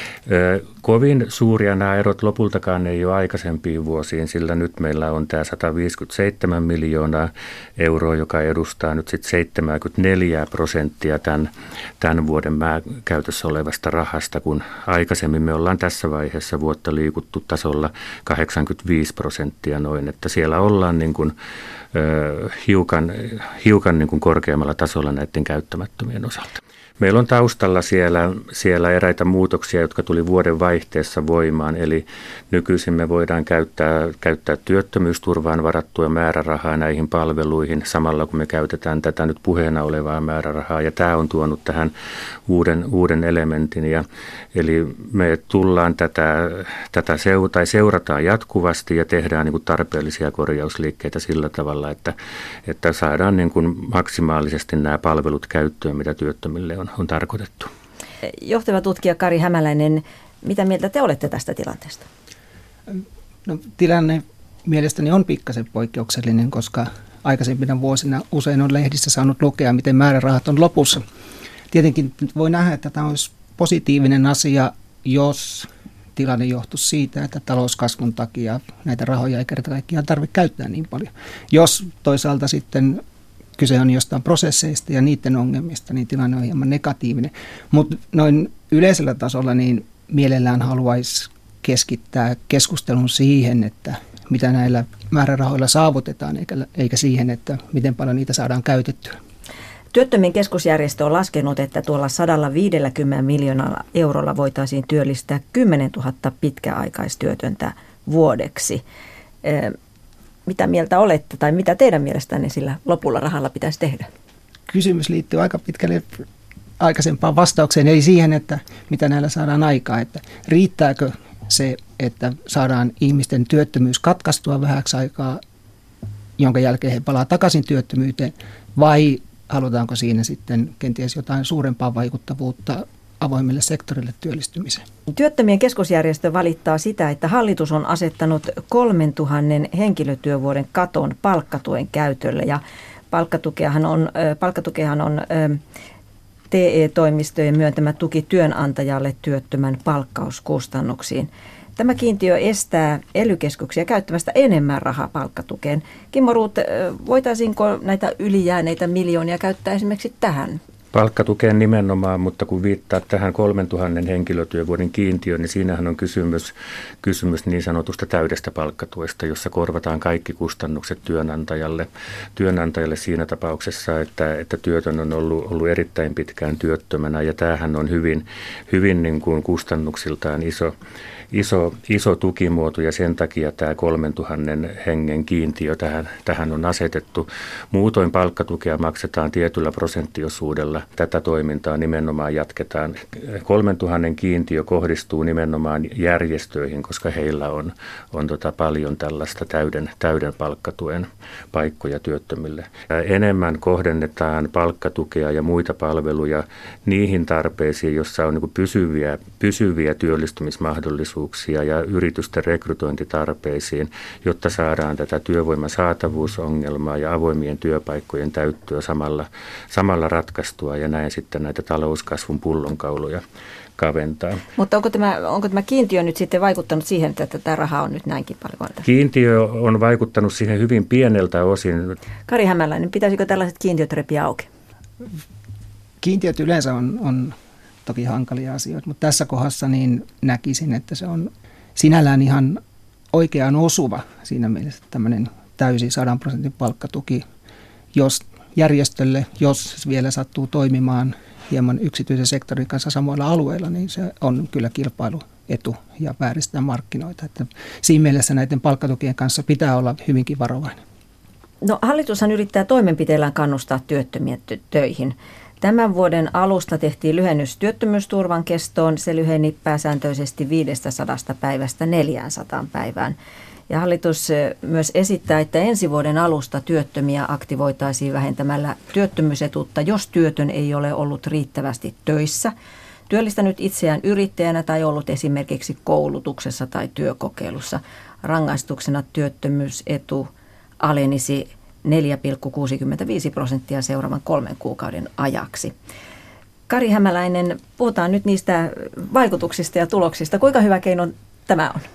Ö, kovin suuria nämä erot lopultakaan ei ole aikaisempiin vuosiin, sillä nyt meillä on tämä sata viisikymmentäseitsemän miljoonaa euroa, joka edustaa nyt sitten seitsemänkymmentäneljä prosenttia tämän, tämän vuoden mä käytössä olevasta rahasta, kun aikaisemmin me ollaan tässä vaiheessa vuotta liikuttu tasolla kahdeksankymmentäviisi prosenttia noin, että siellä ollaan niin kuin, ö, hiukan, hiukan niin kuin korkeammalla tasolla näiden käyttämättömien osalta. Meillä on taustalla siellä, siellä eräitä muutoksia, jotka tuli vuoden vaihteessa voimaan, eli nykyisin me voidaan käyttää, käyttää työttömyysturvaan varattua määrärahaa näihin palveluihin samalla kun me käytetään tätä nyt puheena olevaa määrärahaa, ja tämä on tuonut tähän uuden, uuden elementin, ja, eli me tullaan tätä, tätä seu, tai seurataan jatkuvasti ja tehdään niin kuin tarpeellisia korjausliikkeitä sillä tavalla, että, että saadaan niin kuin maksimaalisesti nämä palvelut käyttöön, mitä työttömille on. on tarkoitettu. Johtava tutkija Kari Hämäläinen, mitä mieltä te olette tästä tilanteesta? No, tilanne mielestäni on pikkasen poikkeuksellinen, koska aikaisempina vuosina usein on lehdissä saanut lukea, miten määrärahat on lopussa. Tietenkin voi nähdä, että tämä olisi positiivinen asia, jos tilanne johtuisi siitä, että talouskasvun takia näitä rahoja ei kerta kaikkiaan tarvitse käyttää niin paljon. Jos toisaalta sitten kyse on jostain prosesseista ja niiden ongelmista, niin tilanne on hieman negatiivinen. Mutta noin yleisellä tasolla niin mielellään haluaisi keskittää keskustelun siihen, että mitä näillä määrärahoilla saavutetaan, eikä, eikä siihen, että miten paljon niitä saadaan käytettyä. Työttömien keskusjärjestö on laskenut, että tuolla sata viisikymmentä miljoonalla eurolla voitaisiin työllistää kymmenen tuhatta pitkäaikaistyötöntä vuodeksi. Mitä mieltä olette tai mitä teidän mielestänne sillä lopulla rahalla pitäisi tehdä? Kysymys liittyy aika pitkälle aikaisempaan vastaukseen, eli siihen, että mitä näillä saadaan aikaa. Että riittääkö se, että saadaan ihmisten työttömyys katkaistua vähäksi aikaa, jonka jälkeen he palaa takaisin työttömyyteen, vai halutaanko siinä sitten kenties jotain suurempaa vaikuttavuutta avoimelle sektorille työllistymiseen? Työttömien keskusjärjestö valittaa sitä, että hallitus on asettanut kolmentuhannen henkilötyövuoden katon palkkatuen käytölle, ja palkkatukeahan on, palkkatukeahan on T E-toimistojen myöntämä tuki työnantajalle työttömän palkkauskustannuksiin. Tämä kiintiö estää E L Y-keskuksia käyttämästä enemmän rahaa palkkatukeen. Kimmo Ruut, voitaisiinko näitä ylijääneitä miljoonia käyttää esimerkiksi tähän Palkkatukeen nimenomaan, mutta kun viittaa tähän kolmentuhannen henkilötyövuoden kiintiöön, niin siinähän on kysymys, kysymys niin sanotusta täydestä palkkatuesta, jossa korvataan kaikki kustannukset työnantajalle, työnantajalle siinä tapauksessa, että, että työtön on ollut, ollut erittäin pitkään työttömänä, ja tämähän on hyvin, hyvin niin kuin kustannuksiltaan iso, iso, iso tukimuoto, ja sen takia tämä kolmentuhannen hengen kiintiö tähän, tähän on asetettu. Muutoin palkkatukea maksetaan tietyllä prosenttiosuudella. Tätä toimintaa nimenomaan jatketaan. kolmentuhannen kiintiö kohdistuu nimenomaan järjestöihin, koska heillä on, on tota paljon tällaista täyden, täyden palkkatuen paikkoja työttömille. Ja enemmän kohdennetaan palkkatukea ja muita palveluja niihin tarpeisiin, joissa on niin kuin pysyviä, pysyviä työllistymismahdollisuuksia ja yritysten rekrytointitarpeisiin, jotta saadaan tätä työvoiman saatavuusongelmaa ja avoimien työpaikkojen täyttöä samalla, samalla ratkaistua ja näin sitten näitä talouskasvun pullonkauloja kaventaa. Mutta onko tämä, onko tämä kiintiö nyt sitten vaikuttanut siihen, että tätä rahaa on nyt näinkin paljon? Kiintiö on vaikuttanut siihen hyvin pieneltä osin. Kari Hämäläinen, pitäisikö tällaiset kiintiöt repiä auki? Kiintiöt yleensä on, on toki hankalia asioita, mutta tässä kohdassa niin näkisin, että se on sinällään ihan oikeaan osuva siinä mielessä, että tämmöinen täysi sadan prosentin palkkatuki, jos järjestölle, jos vielä sattuu toimimaan hieman yksityisen sektorin kanssa samoilla alueilla, niin se on kyllä kilpailuetu ja vääristää markkinoita. Että siinä mielessä näiden palkkatukien kanssa pitää olla hyvinkin varovainen. No hallitushan yrittää toimenpiteillään kannustaa työttömiä tö- töihin. Tämän vuoden alusta tehtiin lyhennys työttömyysturvan kestoon. Se lyheni pääsääntöisesti viidestäsadasta päivästä neljäänsataan päivään. Ja hallitus myös esittää, että ensi vuoden alusta työttömiä aktivoitaisiin vähentämällä työttömyysetuutta, jos työtön ei ole ollut riittävästi töissä, työllistänyt itseään yrittäjänä tai ollut esimerkiksi koulutuksessa tai työkokeilussa. Rangaistuksena työttömyysetu alenisi neljä pilkku kuusikymmentäviisi prosenttia seuraavan kolmen kuukauden ajaksi. Kari Hämäläinen, puhutaan nyt niistä vaikutuksista ja tuloksista. Kuinka hyvä keino tämä on?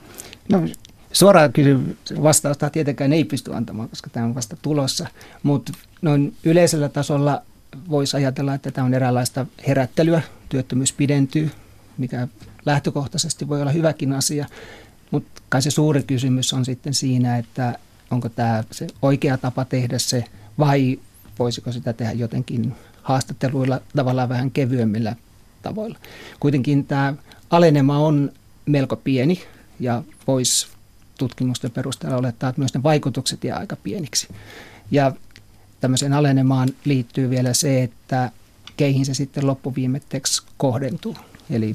No, suoraan vastausta tietenkään ei pysty antamaan, koska tämä on vasta tulossa, mutta noin yleisellä tasolla voisi ajatella, että tämä on eräänlaista herättelyä, työttömyys pidentyy, mikä lähtökohtaisesti voi olla hyväkin asia, mutta kai se suuri kysymys on sitten siinä, että onko tämä se oikea tapa tehdä se vai voisiko sitä tehdä jotenkin haastatteluilla tavallaan vähän kevyemmillä tavoilla. Kuitenkin tämä alenema on melko pieni ja voisi tutkimusten perusteella olettaa, että myös ne vaikutukset jää aika pieniksi. Ja tämmöiseen alenemaan liittyy vielä se, että keihin se sitten loppuviimetteeksi kohdentuu. Eli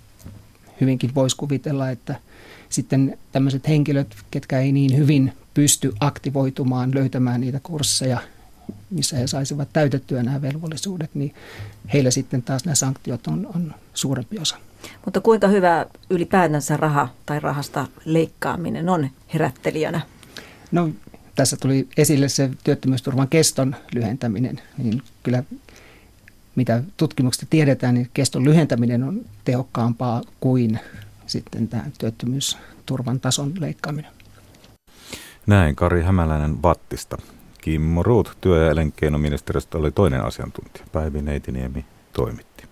hyvinkin voisi kuvitella, että sitten tämmöiset henkilöt, ketkä ei niin hyvin pysty aktivoitumaan, löytämään niitä kursseja, missä he saisivat täytettyä nämä velvollisuudet, niin heillä sitten taas nämä sanktiot on, on suurempi osa. Mutta kuinka hyvä ylipäätänsä raha tai rahasta leikkaaminen on herättelijänä? No tässä tuli esille se työttömyysturvan keston lyhentäminen, niin kyllä mitä tutkimuksista tiedetään, niin keston lyhentäminen on tehokkaampaa kuin sitten tämä työttömyysturvan tason leikkaaminen. Näin Kari Hämäläinen Vattista. Kimmo Ruut työ- ja elinkeinoministeriöstä oli toinen asiantuntija. Päivi Neitiniemi toimitti.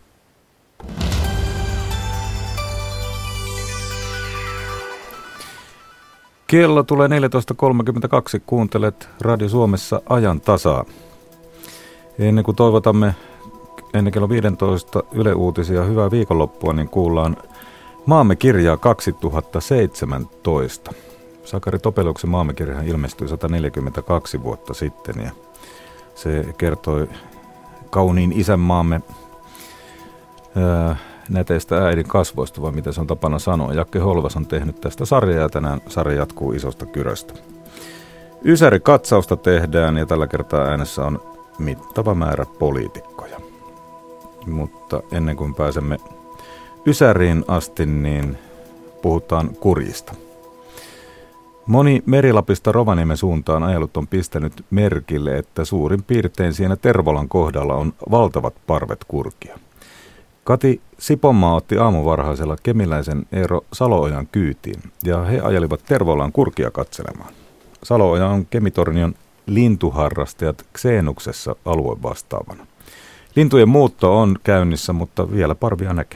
Kello tulee neljätoista kolmekymmentäkaksi. Kuuntelet Radio Suomessa ajan tasaa. Ennen kuin toivotamme ennen kello viisitoista Yle Uutisia hyvää viikonloppua, niin kuullaan Maamme kirjaa kaksituhattaseitsemäntoista. Sakari Topeliuksen Maamme kirjahan ilmestyi sata neljäkymmentäkaksi vuotta sitten ja se kertoi kauniin isänmaamme ää, näteistä äidin kasvoista, vai mitä se on tapana sanoa. Jakke Holvas on tehnyt tästä sarjaa ja tänään sarja jatkuu Isosta Kyröstä. Ysäri katsausta tehdään ja tällä kertaa äänessä on mittava määrä poliitikkoja. Mutta ennen kuin pääsemme Ysäriin asti, niin puhutaan kurjista. Moni Merilapista Rovaniemen suuntaan ajelut on pistänyt merkille, että suurin piirtein siinä Tervolan kohdalla on valtavat parvet kurkia. Kati Siponmaa otti aamuvarhaisella kemiläisen Eero Saloojan kyytiin ja he ajelivat Tervolaan kurkia katselemaan. Salooja on Kemitornion lintuharrastajat Xenuksessa aluevastaavana. Lintujen muutto on käynnissä, mutta vielä parvia näkee.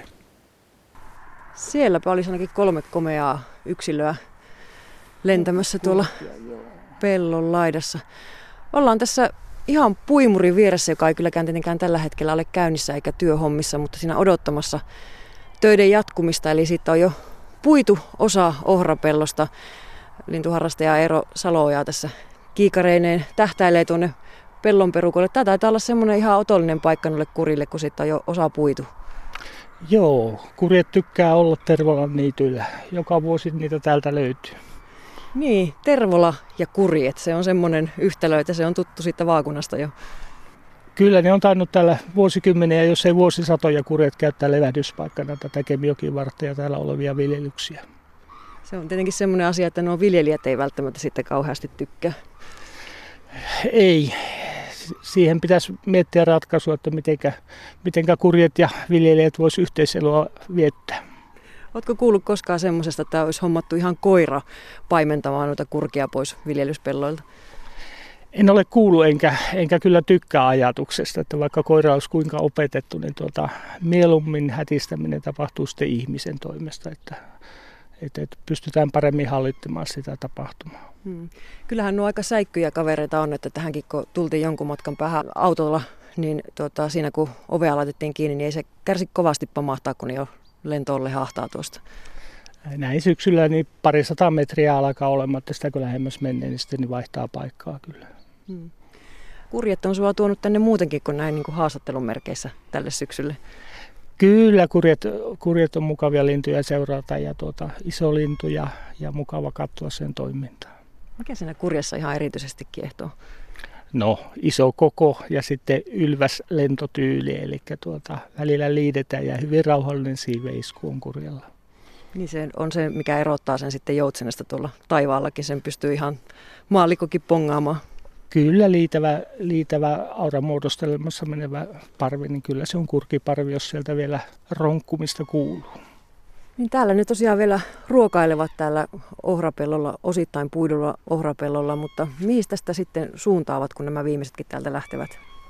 Sielläpä olisi ainakin kolme komeaa yksilöä lentämässä tuolla pellon laidassa. Ollaan tässä ihan puimurin vieressä, joka ei kylläkään tietenkään tällä hetkellä ole käynnissä eikä työhommissa, mutta siinä odottamassa töiden jatkumista. Eli siitä on jo puitu osa ohrapellosta. Lintuharrastaja Eero Saloojaa tässä kiikareineen tähtäilee tuonne pellon perukolle. Tämä taitaa olla semmoinen ihan otollinen paikka noille kurille, kun siitä on jo osa puitu. Joo, kurjet tykkää olla Tervolan niityillä. Joka vuosi niitä täältä löytyy. Niin, Tervola ja kurjet, se on semmoinen yhtälö, että se on tuttu siitä vaakunasta jo. Kyllä ne on tainnut täällä vuosikymmeniä, jos ei vuosisatoja kurjet käyttää levähdyspaikkana tätä Kemijokivartta ja täällä olevia viljelyksiä. Se on tietenkin semmoinen asia, että nuo viljelijät ei välttämättä sitten kauheasti tykkää. Ei. Siihen pitäisi miettiä ratkaisua, että mitenkä, mitenkä kurjet ja viljelijät voisivat yhteiseloa viettää. Oletko kuullut koskaan semmoisesta, että olisi hommattu ihan koira paimentamaan noita kurkia pois viljelyspelloilta? En ole kuullut enkä, enkä kyllä tykkää ajatuksesta, että vaikka koira olisi kuinka opetettu, niin tuota, mieluummin hätistäminen tapahtuu sitten ihmisen toimesta, että, että, että pystytään paremmin hallittamaan sitä tapahtumaa. Hmm. Kyllähän nuo aika säikkyjä kavereita on, että tähänkin kun tultiin jonkun matkan päähän autolla, niin tuota, siinä kun ovea laitettiin kiinni, niin ei se kärsi kovasti pamahtaa, kun jo lentoolle hahtaa tuosta. Näin syksyllä niin parisataa metriä alkaa olemaan, että sitä kun lähemmäs menee, niin sitten niin vaihtaa paikkaa kyllä. Hmm. Kurjet on sua tuonut tänne muutenkin kuin näin niin kuin haastattelun merkeissä tälle syksylle. Kyllä, kurjet, kurjet on mukavia lintuja seurata ja tuota, iso lintu ja, ja mukava katsoa sen toimintaa. Mikä siinä kurjessa ihan erityisesti kiehtoo? No, iso koko ja sitten ylväs lentotyyli, eli tuota, välillä liidetään ja hyvin rauhallinen siiveisku on kurjalla. Niin se on se, mikä erottaa sen sitten joutsenesta tuolla taivaallakin, sen pystyy ihan maallikkokin pongaamaan. Kyllä liitävä, liitävä auramuodostelmassa menevä parvi, niin kyllä se on kurkiparvi, jos sieltä vielä ronkkumista kuuluu. Niin täällä nyt tosiaan vielä ruokailevat täällä ohrapellolla, osittain puidulla ohrapellolla, mutta mihin tästä sitten suuntaavat, kun nämä viimeisetkin täältä lähtevät?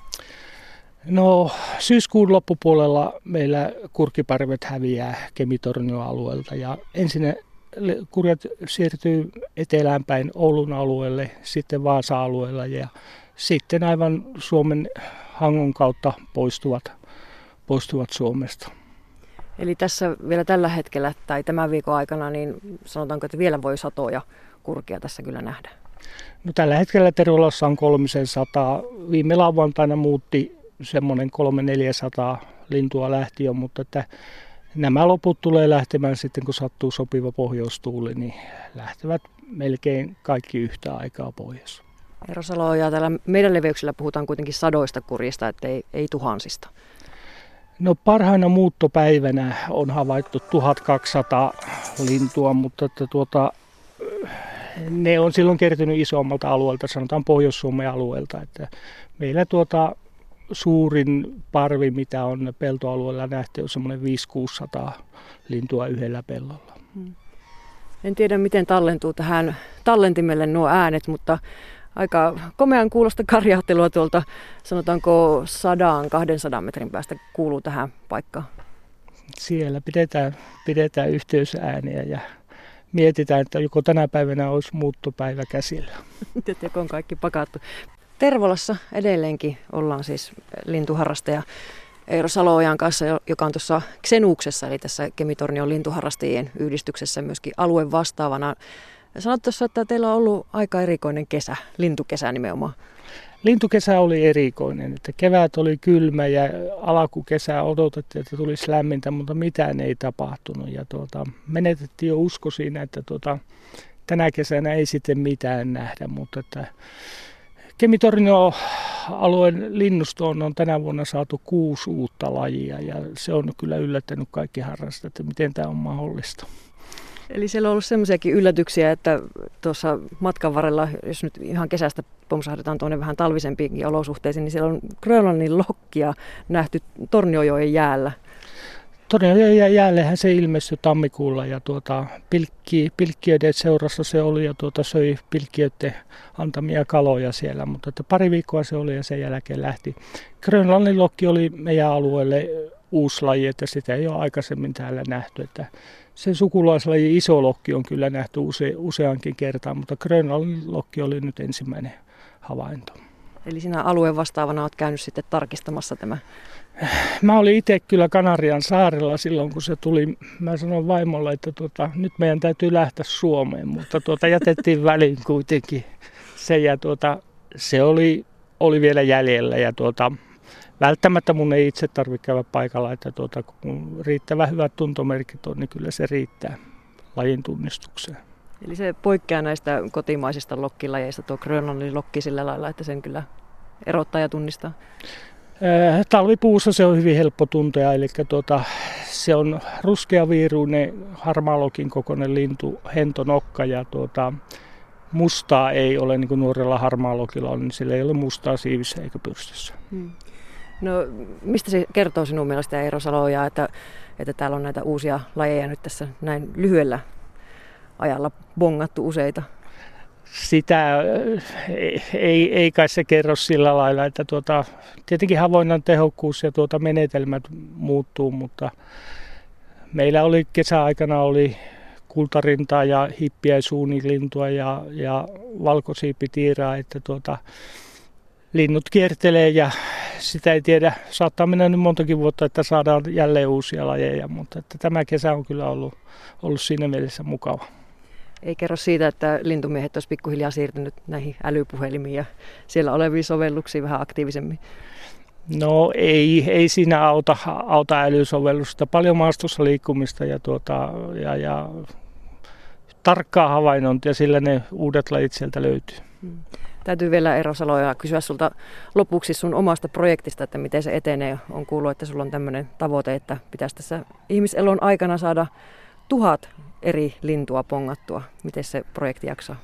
No syyskuun loppupuolella meillä kurkiparvet häviää Kemi-Tornio-alueelta ja ensin kurjat siirtyy etelään päin Oulun alueelle, sitten Vaasa-alueella ja sitten aivan Suomen Hangon kautta poistuvat, poistuvat Suomesta. Eli tässä vielä tällä hetkellä tai tämän viikon aikana, niin sanotaanko, että vielä voi satoja kurkia tässä kyllä nähdä? No tällä hetkellä Tervolassa on kolmisensataa. Viime lauantaina muutti semmoinen kolme neljäsataa lintua lähti jo, mutta että nämä loput tulee lähtemään sitten, kun sattuu sopiva pohjoistuuli, niin lähtevät melkein kaikki yhtä aikaa pois. Eero Saloojaa, täällä meidän leveyksillä puhutaan kuitenkin sadoista kurjista, ettei ei tuhansista. No parhaina muuttopäivänä on havaittu tuhatkaksisataa lintua, mutta että tuota, ne on silloin kertynyt isommalta alueelta, sanotaan Pohjois-Suomen alueelta. Että meillä tuota suurin parvi, mitä on peltoalueella nähty, on semmoinen viisi kuusisataa lintua yhdellä pellolla. En tiedä, miten tallentuu tähän tallentimelle nuo äänet, mutta aika komean kuulosta karjahtelua tuolta, sanotaanko sadan, kahdensadan metrin päästä kuuluu tähän paikkaan. Siellä pidetään, pidetään yhteysääniä ja mietitään, että joko tänä päivänä olisi muuttopäivä käsillä. Joko on kaikki pakattu. Tervolassa edelleenkin ollaan siis lintuharrastaja Eero Saloojan kanssa, joka on tuossa Xenuksessa, eli tässä Kemi-Tornion lintuharrastajien yhdistyksessä myöskin alueen vastaavana. Sanoit tuossa, että teillä on ollut aika erikoinen kesä, lintukesä nimenomaan. Lintukesä oli erikoinen, että kevät oli kylmä ja alkukesää odotettiin, että tulisi lämmintä, mutta mitään ei tapahtunut. Ja tuota, menetettiin jo usko siinä, että tuota, tänä kesänä ei sitten mitään nähdä, mutta että Kemi-Tornion alueen linnustoon on tänä vuonna saatu kuusi uutta lajia ja se on kyllä yllättänyt kaikki harrastajat, että miten tämä on mahdollista. Eli siellä on ollut sellaisiakin yllätyksiä, että tuossa matkan varrella, jos nyt ihan kesästä pomsahdetaan tuonne vähän talvisempiinkin olosuhteisiin, niin siellä on Grönlannin lokkia nähty Torniojoen jäällä. Todella jäällehän se ilmestyi tammikuulla ja tuota, pilkki, pilkkiöiden seurassa se oli ja tuota, söi pilkkiöiden antamia kaloja siellä, mutta että pari viikkoa se oli ja sen jälkeen lähti. Grönlannin lokki oli meidän alueelle uusi laji, että sitä ei ole aikaisemmin täällä nähty. Että se sukulaislaji iso lokki on kyllä nähty use, useankin kertaan, mutta Grönlannin lokki oli nyt ensimmäinen havainto. Eli sinä alueen vastaavana olet käynyt sitten tarkistamassa tämä? Mä olin itse kyllä Kanarian saarella silloin, kun se tuli. Mä sanoin vaimolle, että tuota, nyt meidän täytyy lähteä Suomeen, mutta tuota, jätettiin väliin kuitenkin se. Ja tuota, se oli, oli vielä jäljellä ja tuota, välttämättä mun ei itse tarvitse käydä paikalla, että tuota, kun riittävän hyvät tuntomerkit on, niin kyllä se riittää lajin tunnistukseen. Eli se poikkeaa näistä kotimaisista lokkilajeista, tuo Grönlannin lokki sillä lailla, että sen kyllä erottaa ja tunnistaa? Talvipuussa se on hyvin helppo tuntea, eli tuota, se on ruskeaviiruinen harmaalokin kokoinen lintu, hentonokka ja tuota, mustaa ei ole niin kuin nuorella harmaalokilla, niin sillä ei ole mustaa siivissä eikä pyrstössä. Hmm. No mistä se kertoo sinun mielestä, Eero Saloja, että, että täällä on näitä uusia lajeja nyt tässä näin lyhyellä ajalla bongattu useita? Sitä ei, ei kai se kerro sillä lailla, että tuota, tietenkin havainnan tehokkuus ja tuota menetelmät muuttuu, mutta meillä oli kesäaikana oli kultarintaa ja hippiäisuunilintua ja, ja valkosiipitiiraa, että tuota, linnut kiertelee ja sitä ei tiedä, saattaa mennä nyt montakin vuotta, että saadaan jälleen uusia lajeja, mutta että tämä kesä on kyllä ollut, ollut siinä mielessä mukava. Ei kerro siitä, että lintumiehet olisi pikkuhiljaa siirtynyt näihin älypuhelimiin ja siellä oleviin sovelluksiin vähän aktiivisemmin? No ei, ei siinä auta, auta älysovellusta. Paljon maastossa liikkumista ja, tuota, ja, ja tarkkaa havainnointia, sillä ne uudet lajit sieltä löytyy. Hmm. Täytyy vielä Eero Saloja kysyä sulta lopuksi sun omasta projektista, että miten se etenee. On kuullut, että sulla on tämmöinen tavoite, että pitäisi tässä ihmiselon aikana saada tuhat eri lintua pongattua. Miten se projekti jaksaa?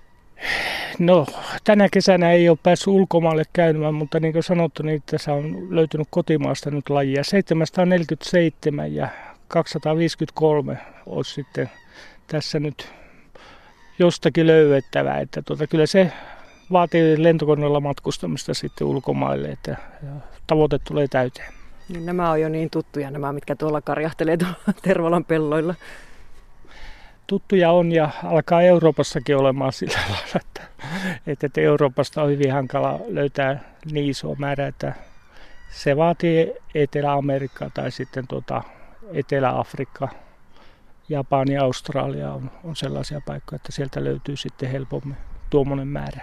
No, tänä kesänä ei ole päässyt ulkomaalle käymään, mutta niin kuin sanottu, niin tässä on löytynyt kotimaasta nyt lajia. seitsemänsataaneljäkymmentäseitsemän ja kaksisataaviisikymmentäkolme olisi sitten tässä nyt jostakin löydettävää. Että tuota, kyllä se vaatii lentokoneella matkustamista sitten ulkomaille, että tavoite tulee täyteen. Niin nämä on jo niin tuttuja, nämä mitkä tuolla karjahtelee tuolla Tervolan pelloilla. Tuttuja on ja alkaa Euroopassakin olemaan sillä lailla, että, että Euroopasta on hyvin hankala löytää niin isoa määrä, että se vaatii Etelä-Amerikkaa tai sitten tuota Etelä-Afrikka, Japani ja Australia on, on sellaisia paikkoja, että sieltä löytyy sitten helpommin tuommoinen määrä.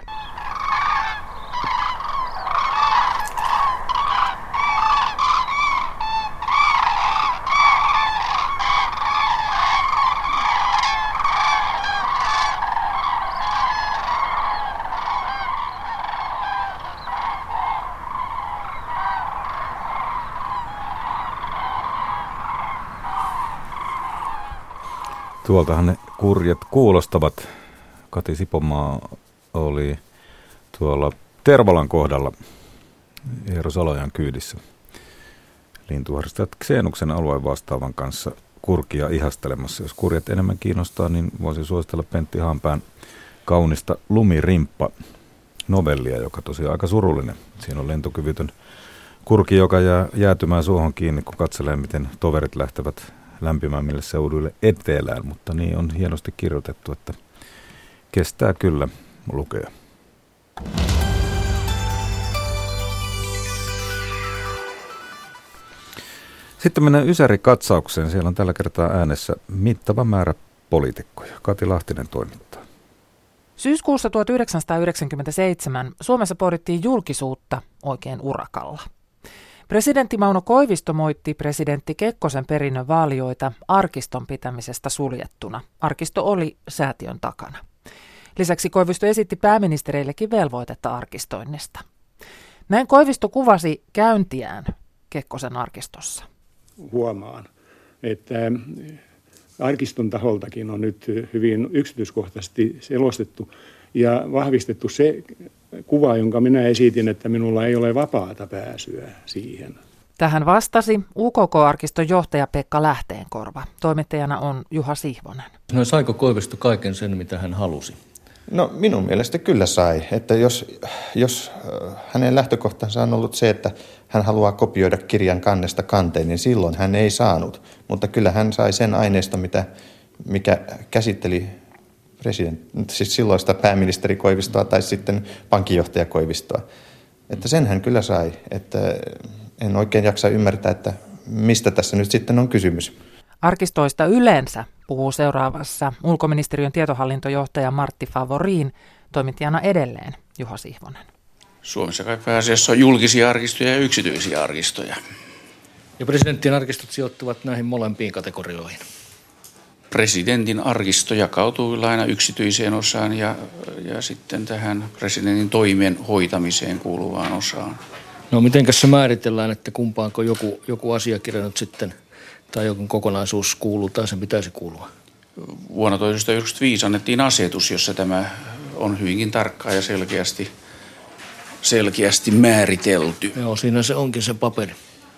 Tuoltahan ne kurjet kuulostavat. Kati Sipomaa oli tuolla Tervalan kohdalla Eero Salojan kyydissä lintuharrastajat Xenuksen alueen vastaavan kanssa kurkia ihastelemassa. Jos kurjet enemmän kiinnostaa, niin voisin suositella Pentti Haanpään kaunista Lumirimppa novellia, joka tosiaan aika surullinen. Siinä on lentokyvytön kurki, joka jää jäätymään suohon kiinni, kun katselee, miten toverit lähtevät lämpimämmille seuduille etelään, mutta niin on hienosti kirjoitettu, että kestää kyllä lukea. Sitten mennään Ysäri-katsaukseen. Siellä on tällä kertaa äänessä mittava määrä poliitikkoja. Kati Lahtinen toimittaa. Syyskuussa tuhatyhdeksänsataayhdeksänkymmentäseitsemän Suomessa pohdittiin julkisuutta oikein urakalla. Presidentti Mauno Koivisto moitti presidentti Kekkosen perinnön vaalijoita arkiston pitämisestä suljettuna. Arkisto oli säätiön takana. Lisäksi Koivisto esitti pääministereillekin velvoitetta arkistoinnista. Näin Koivisto kuvasi käyntiään Kekkosen arkistossa. Huomaan, että arkiston taholtakin on nyt hyvin yksityiskohtaisesti selostettu ja vahvistettu se kuva, jonka minä esitin, että minulla ei ole vapaata pääsyä siihen. Tähän vastasi U K K-arkiston johtaja Pekka Lähteenkorva. Toimittajana on Juha Sihvonen. No saiko Koivisto kaiken sen, mitä hän halusi? No minun mielestä kyllä sai. Että jos, jos hänen lähtökohtansa on ollut se, että hän haluaa kopioida kirjan kannesta kanteen, niin silloin hän ei saanut. Mutta kyllä hän sai sen aineiston, mitä, mikä käsitteli president, siis silloista pääministeri Koivistoa tai sitten pankinjohtaja Koivistoa. Että sen hän kyllä sai. Että en oikein jaksa ymmärtää, että mistä tässä nyt sitten on kysymys. Arkistoista yleensä puhuu seuraavassa ulkoministeriön tietohallintojohtaja Martti Favorin, toimittajana edelleen Juha Sihvonen. Suomessa kai pääasiassa on julkisia arkistoja ja yksityisiä arkistoja. Ja presidenttien arkistot sijoittuvat näihin molempiin kategorioihin. Presidentin arkisto jakautuu aina yksityiseen osaan ja, ja sitten tähän presidentin toimen hoitamiseen kuuluvaan osaan. No mitenkäs se määritellään, että kumpaanko joku, joku asiakirja nyt sitten tai joku kokonaisuus kuuluu tai sen pitäisi kuulua? Vuonna tuhatyhdeksänsataayhdeksänkymmentäviisi annettiin asetus, jossa tämä on hyvinkin tarkkaan ja selkeästi, selkeästi määritelty. Joo, siinä se onkin se paperi.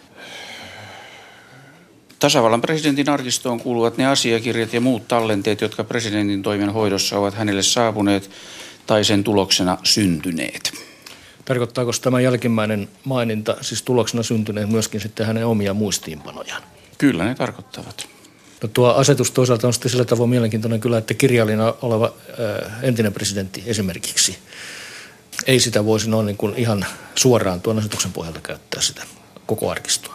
Tasavallan presidentin arkistoon kuuluvat ne asiakirjat ja muut tallenteet, jotka presidentin toimen hoidossa ovat hänelle saapuneet tai sen tuloksena syntyneet. Tarkoittaako tämä jälkimmäinen maininta, siis tuloksena syntyneet, myöskin sitten hänen omia muistiinpanojaan? Kyllä ne tarkoittavat. No tuo asetus toisaalta on sitten sillä tavoin mielenkiintoinen kyllä, että kirjailijana oleva ää, entinen presidentti esimerkiksi ei sitä voisi noin niin kuin ihan suoraan tuon asetuksen pohjalta käyttää sitä koko arkistoa.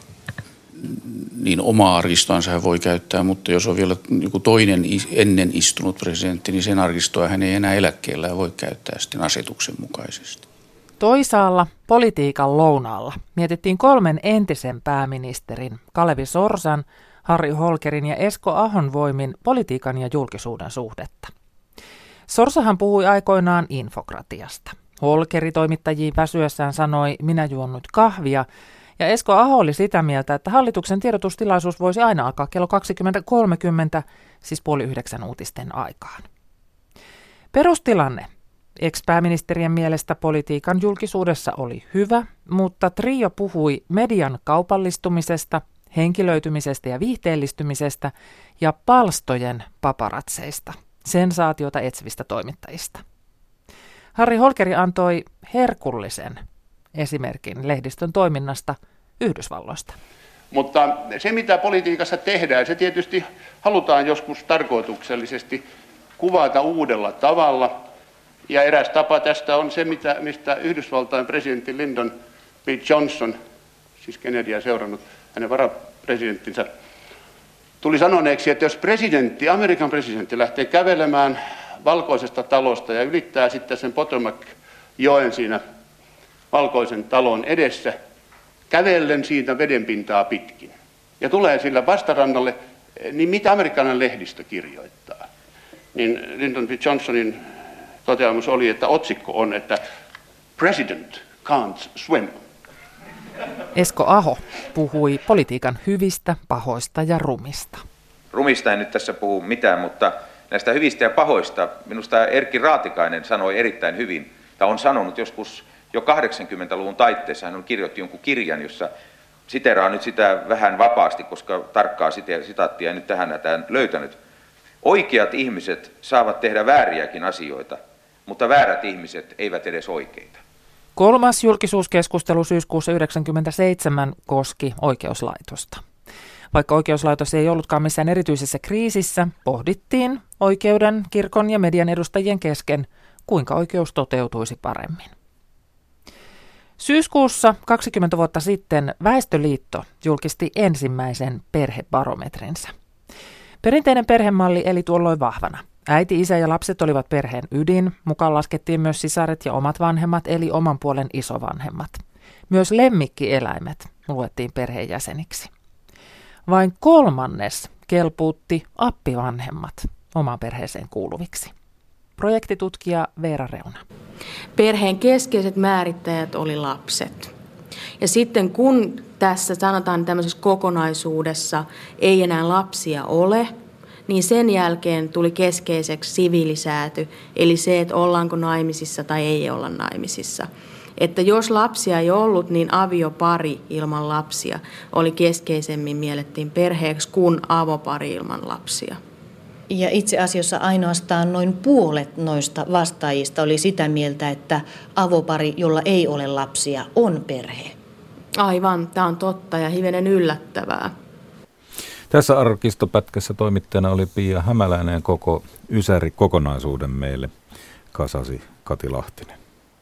Niin omaa arkistoansa hän voi käyttää, mutta jos on vielä joku toinen ennen istunut presidentti, niin sen arkistoa hän ei enää eläkkeellä voi käyttää sitten asetuksen mukaisesti. Toisaalla politiikan lounaalla mietittiin kolmen entisen pääministerin, Kalevi Sorsan, Harri Holkerin ja Esko Ahon voimin politiikan ja julkisuuden suhdetta. Sorsahan puhui aikoinaan infokratiasta. Holkeri toimittajiin väsyessään sanoi, minä juon nyt kahvia, ja Esko Aho oli sitä mieltä, että hallituksen tiedotustilaisuus voisi aina alkaa kello kaksikymmentä kolmekymmentä, siis puoli yhdeksän uutisten aikaan. Perustilanne. Ex-pääministerien mielestä politiikan julkisuudessa oli hyvä, mutta trio puhui median kaupallistumisesta, henkilöitymisestä ja viihteellistymisestä ja palstojen paparatseista, sensaatiota etsivistä toimittajista. Harri Holkeri antoi herkullisen esimerkin lehdistön toiminnasta Yhdysvalloista. Mutta se, mitä politiikassa tehdään, se tietysti halutaan joskus tarkoituksellisesti kuvata uudella tavalla. Ja eräs tapa tästä on se, mitä, mistä Yhdysvaltain presidentti Lyndon B. Johnson, siis Kennedyä seurannut, hänen varapresidenttinsä, tuli sanoneeksi, että jos presidentti, Amerikan presidentti lähtee kävelemään valkoisesta talosta ja ylittää sitten sen Potomac-joen siinä valkoisen talon edessä, kävellen siitä vedenpintaa pitkin, ja tulee sillä vastarannalle, niin mitä amerikkalainen lehdistö kirjoittaa? Niin Lyndon B. Johnsonin toteamus oli, että otsikko on, että President can't swim. Esko Aho puhui politiikan hyvistä, pahoista ja rumista. Rumista en nyt tässä puhu mitään, mutta näistä hyvistä ja pahoista minusta Erkki Raatikainen sanoi erittäin hyvin, tai on sanonut joskus jo kahdeksankymmentäluvun taitteessa, hän on kirjoitti jonkun kirjan, jossa siteraa nyt sitä vähän vapaasti, koska tarkkaa sitaattia en nyt tähän nätään löytänyt. Oikeat ihmiset saavat tehdä vääriäkin asioita, mutta väärät ihmiset eivät edes oikeita. Kolmas julkisuuskeskustelu syyskuussa yhdeksänkymmentäseitsemän koski oikeuslaitosta. Vaikka oikeuslaitos ei ollutkaan missään erityisessä kriisissä, pohdittiin oikeuden, kirkon ja median edustajien kesken, kuinka oikeus toteutuisi paremmin. Syyskuussa kaksikymmentä vuotta sitten Väestöliitto julkisti ensimmäisen perhebarometrinsä. Perinteinen perhemalli eli tuolloin vahvana. Äiti, isä ja lapset olivat perheen ydin, mukaan laskettiin myös sisaret ja omat vanhemmat eli oman puolen isovanhemmat. Myös lemmikkieläimet luettiin perheenjäseniksi. Vain kolmannes kelpuutti appivanhemmat omaan perheeseen kuuluviksi. Projektitutkija Veera Reuna. Perheen keskeiset määrittäjät oli lapset. Ja sitten kun tässä sanotaan tämmöisessä kokonaisuudessa ei enää lapsia ole, niin sen jälkeen tuli keskeiseksi siviilisääty, eli se, että ollaanko naimisissa tai ei olla naimisissa. että jos lapsia ei ollut, niin aviopari ilman lapsia oli keskeisemmin miellettiin perheeksi kuin avopari ilman lapsia. Ja itse asiassa ainoastaan noin puolet noista vastaajista oli sitä mieltä, että avopari, jolla ei ole lapsia, on perhe. Aivan, tämä on totta ja hivenen yllättävää. Tässä arkistopätkässä toimittajana oli Pia Hämäläinen, koko Ysäri-kokonaisuuden meille kasasi Kati Lahtinen.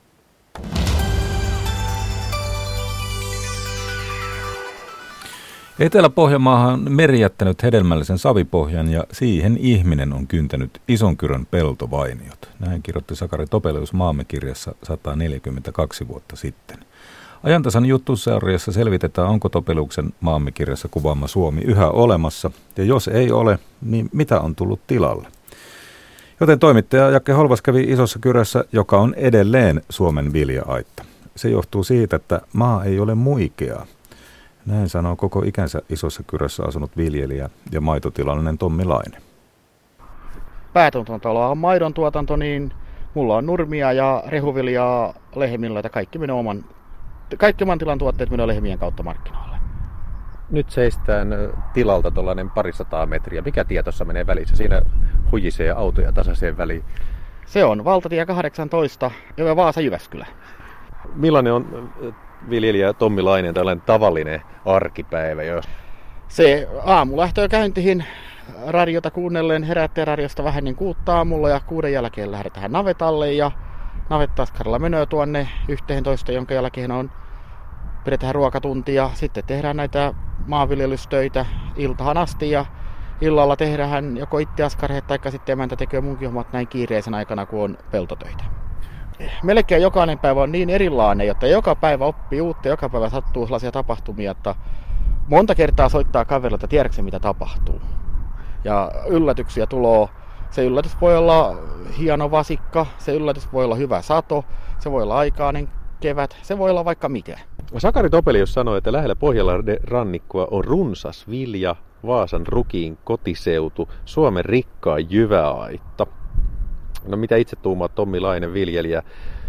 Etelä-Pohjanmaahan on meri jättänyt hedelmällisen savipohjan ja siihen ihminen on kyntänyt Isonkyrön peltovainiot. Näin kirjoitti Sakari Topelius Maamme kirjassa sata neljäkymmentäkaksi vuotta sitten. Ajantasan juttusarjassa selvitetään, onko Topeliuksen Maamme kirjassa kuvaama Suomi yhä olemassa, ja jos ei ole, niin mitä on tullut tilalle. Joten toimittaja Jakke Holvas kävi Isossa Kyrässä, joka on edelleen Suomen vilja-aitta. Se johtuu siitä, että maa ei ole muikeaa. Näin sanoo koko ikänsä Isossa Kyrässä asunut viljelijä ja maitotilallinen Tommi Laine. Päätuotantoala on maidon tuotanto, niin mulla on nurmia ja rehuviljaa lehmillä, että kaikki menee oman, kaikki oman tilan tuotteet menee lehmien kautta markkinoille. Nyt seistään tilalta tuollainen parisataa metriä. Mikä tie tuossa menee välissä? Siinä hujisee autoja tasaiseen väliin. Se on valtatie kahdeksantoista ja Vaasa-Jyväskylä. Millainen on viljelijä Tommi Lainen tällainen tavallinen arkipäivä? Jos... Se aamu lähtee käyntiin radiota kuunnellen, herättää radiosta vähän niin kuutta aamulla ja kuuden jälkeen lähdetään navetalle ja navettaskarilla menee tuonne yhteentoista, jonka jälkeen on pidetään ruokatunti ja sitten tehdään näitä maanviljelystöitä iltahan asti ja illalla tehdään joko itse askarheet tai sitten emäntä tekee munkin hommat näin kiireisen aikana, kun on peltotöitä. Melkein jokainen päivä on niin erilainen, jotta joka päivä oppii uutta, joka päivä sattuu sellaisia tapahtumia, että monta kertaa soittaa kaverille, että tiedätkö mitä tapahtuu. Ja yllätyksiä tulee. Se yllätys voi olla hieno vasikka, se yllätys voi olla hyvä sato, se voi olla aikainen kevät, se voi olla vaikka mikä. Sakari Topelius sanoi, että lähellä Pohjanlahden rannikkoa on runsas vilja, Vaasan rukiin kotiseutu, Suomen rikkain jyväaitta. No mitä itse tuumaat Tommi Laine viljelijä,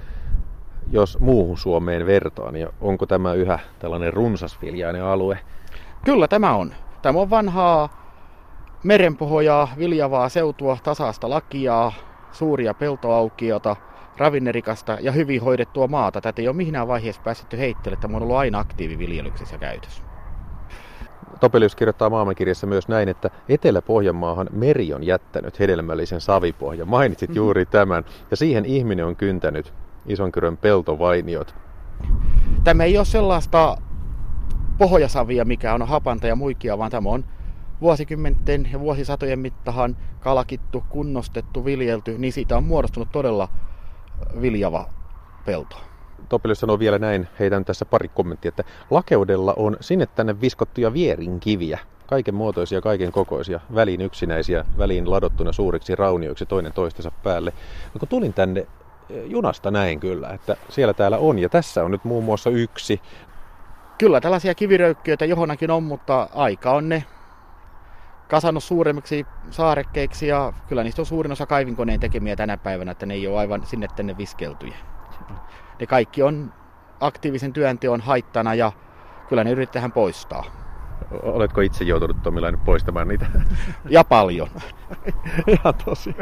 jos muuhun Suomeen vertaan, niin onko tämä yhä tällainen runsasviljainen alue? Kyllä tämä on. Tämä on vanhaa merenpohjaa, viljavaa seutua, tasaista lakiaa, suuria peltoaukiota, ravinnerikasta ja hyvin hoidettua maata. Tätä ei ole mihinään vaiheessa päästetty heitteelle, tämä on ollut aina aktiiviviljelyksessä käytössä. Topelius kirjoittaa Maamme kirjassa myös näin, että Etelä-Pohjanmaahan meri on jättänyt hedelmällisen savipohjan. Mainitsit juuri tämän, ja siihen ihminen on kyntänyt Isonkyrön peltovainiot. Tämä ei ole sellaista pohjasavia, mikä on hapanta ja muikia, vaan tämä on vuosikymmenten ja vuosisatojen mittahan kalkittu, kunnostettu, viljelty, niin siitä on muodostunut todella viljava pelto. Topelius sanoo vielä näin, heitän tässä pari kommenttia, että lakeudella on sinne tänne viskottuja vierinkiviä, kaiken muotoisia, kaiken kokoisia, väliin yksinäisiä, väliin ladottuna suuriksi raunioiksi toinen toistensa päälle. No kun tulin tänne junasta näin kyllä, että siellä täällä on, ja tässä on nyt muun muassa yksi. Kyllä tällaisia kiviröykkiöitä johonkin on, mutta aika on ne kasannut suuremmiksi saarekkeiksi, ja kyllä niistä on suurin osa kaivinkoneen tekemiä tänä päivänä, että ne ei ole aivan sinne tänne viskeltyjä. Ne kaikki on aktiivisen työnteon haittana ja kyllä ne yritetään poistaa. Oletko itse joutunut Tommi Laine poistamaan niitä? Ja paljon. Ihan tosi.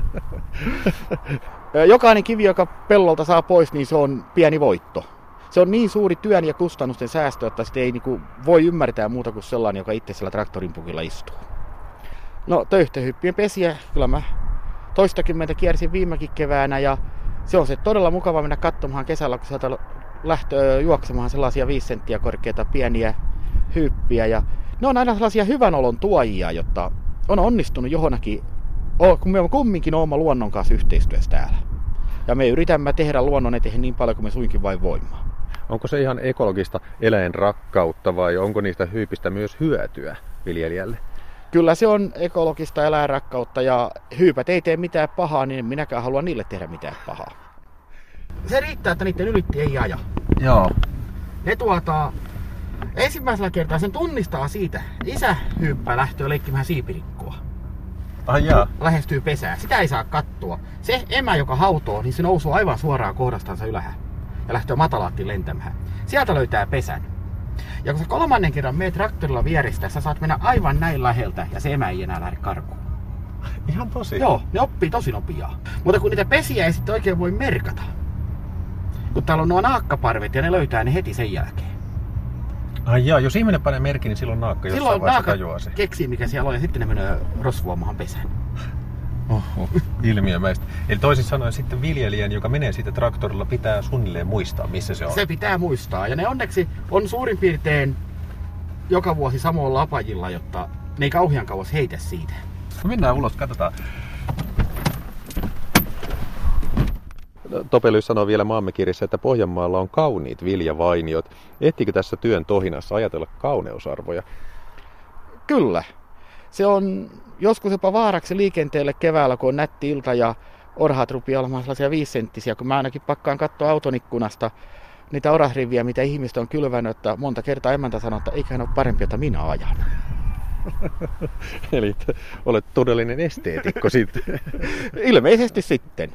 Jokainen kivi, joka pellolta saa pois, niin se on pieni voitto. Se on niin suuri työn ja kustannusten säästö, että sitä ei niinku voi ymmärtää muuta kuin sellainen, joka itse siellä traktorin pukilla istuu. No töyhtöhyppien pesiä, kyllä mä toistakymmentä kiersin viimekin keväänä ja se on se todella mukava mennä katsomaan kesällä, kun sieltä lähtee juoksemaan sellaisia viisi senttiä korkeita pieniä hyppiä. Ja ne on aina sellaisia hyvän olon tuojia, jotta on onnistunut johonkin, kun me kumminkin olemme luonnon kanssa yhteistyössä täällä. Ja me yritämme tehdä luonnon eteen niin paljon kuin me suinkin vain voimme. Onko se ihan ekologista eläinrakkautta vai onko niistä hyypistä myös hyötyä viljelijälle? Kyllä se on ekologista eläinrakkautta ja hyypät ei tee mitään pahaa, niin minäkään halua niille tehdä mitään pahaa. Se riittää, että niiden ylitti ei aja. Joo. Ne tuota, ensimmäisellä kertaa sen tunnistaa siitä. Isä hyyppää lähtöä leikkimään siipirikkoa. Ai jaa. Lähestyy pesää. Sitä ei saa katsoa. Se emä, joka hautoo, niin se nousuu aivan suoraan kohdastansa ylhäällä. ja lähtee matalaatti lentämään. Sieltä löytää pesän. Ja kun sä kolmannen kerran meet traktorilla vierestä, sä saat mennä aivan näin läheltä ja se emä ei enää lähde karkuun. Ihan tosi? Joo, ne oppii tosi nopeaa. Mutta kun niitä pesiä ei sitten oikein voi merkata. Kun täällä on nuo naakkaparvet ja ne löytää ne heti sen jälkeen. Ai jaa, jos ihminen panee merkin, niin silloin naakka jossain silloin vaiheessa naakka tajuaa se. keksii mikä siellä on ja sitten ne menee rosvoamahan pesään. Oho, ilmiömäistä. Eli toisin sanoen sitten viljelijän, joka menee siitä traktorilla, pitää suunnilleen muistaa, missä se on. Se pitää muistaa. Ja ne onneksi on suurin piirtein joka vuosi samoilla apajilla, jotta ne ei kauhean kauas heitä siitä. No mennään ulos, katsotaan. Topelius sanoo vielä Maamme kirjassa, että Pohjanmaalla on kauniit viljavainiot. Ehtiikö tässä työn tohinassa ajatella kauneusarvoja? Kyllä. Se on joskus jopa vaaraksi liikenteelle keväällä, kun on nätti ilta ja orhaat rupeaa olemaan sellaisia viisisenttisiä, kun mä ainakin pakkaan katsoa auton ikkunasta niitä orahriviä, mitä ihmiset on kylvännyt, että monta kertaa emäntä sanoo, että eiköhän ole parempi, että minä ajan. Eli olet todellinen esteetikko sitten. Ilmeisesti sitten.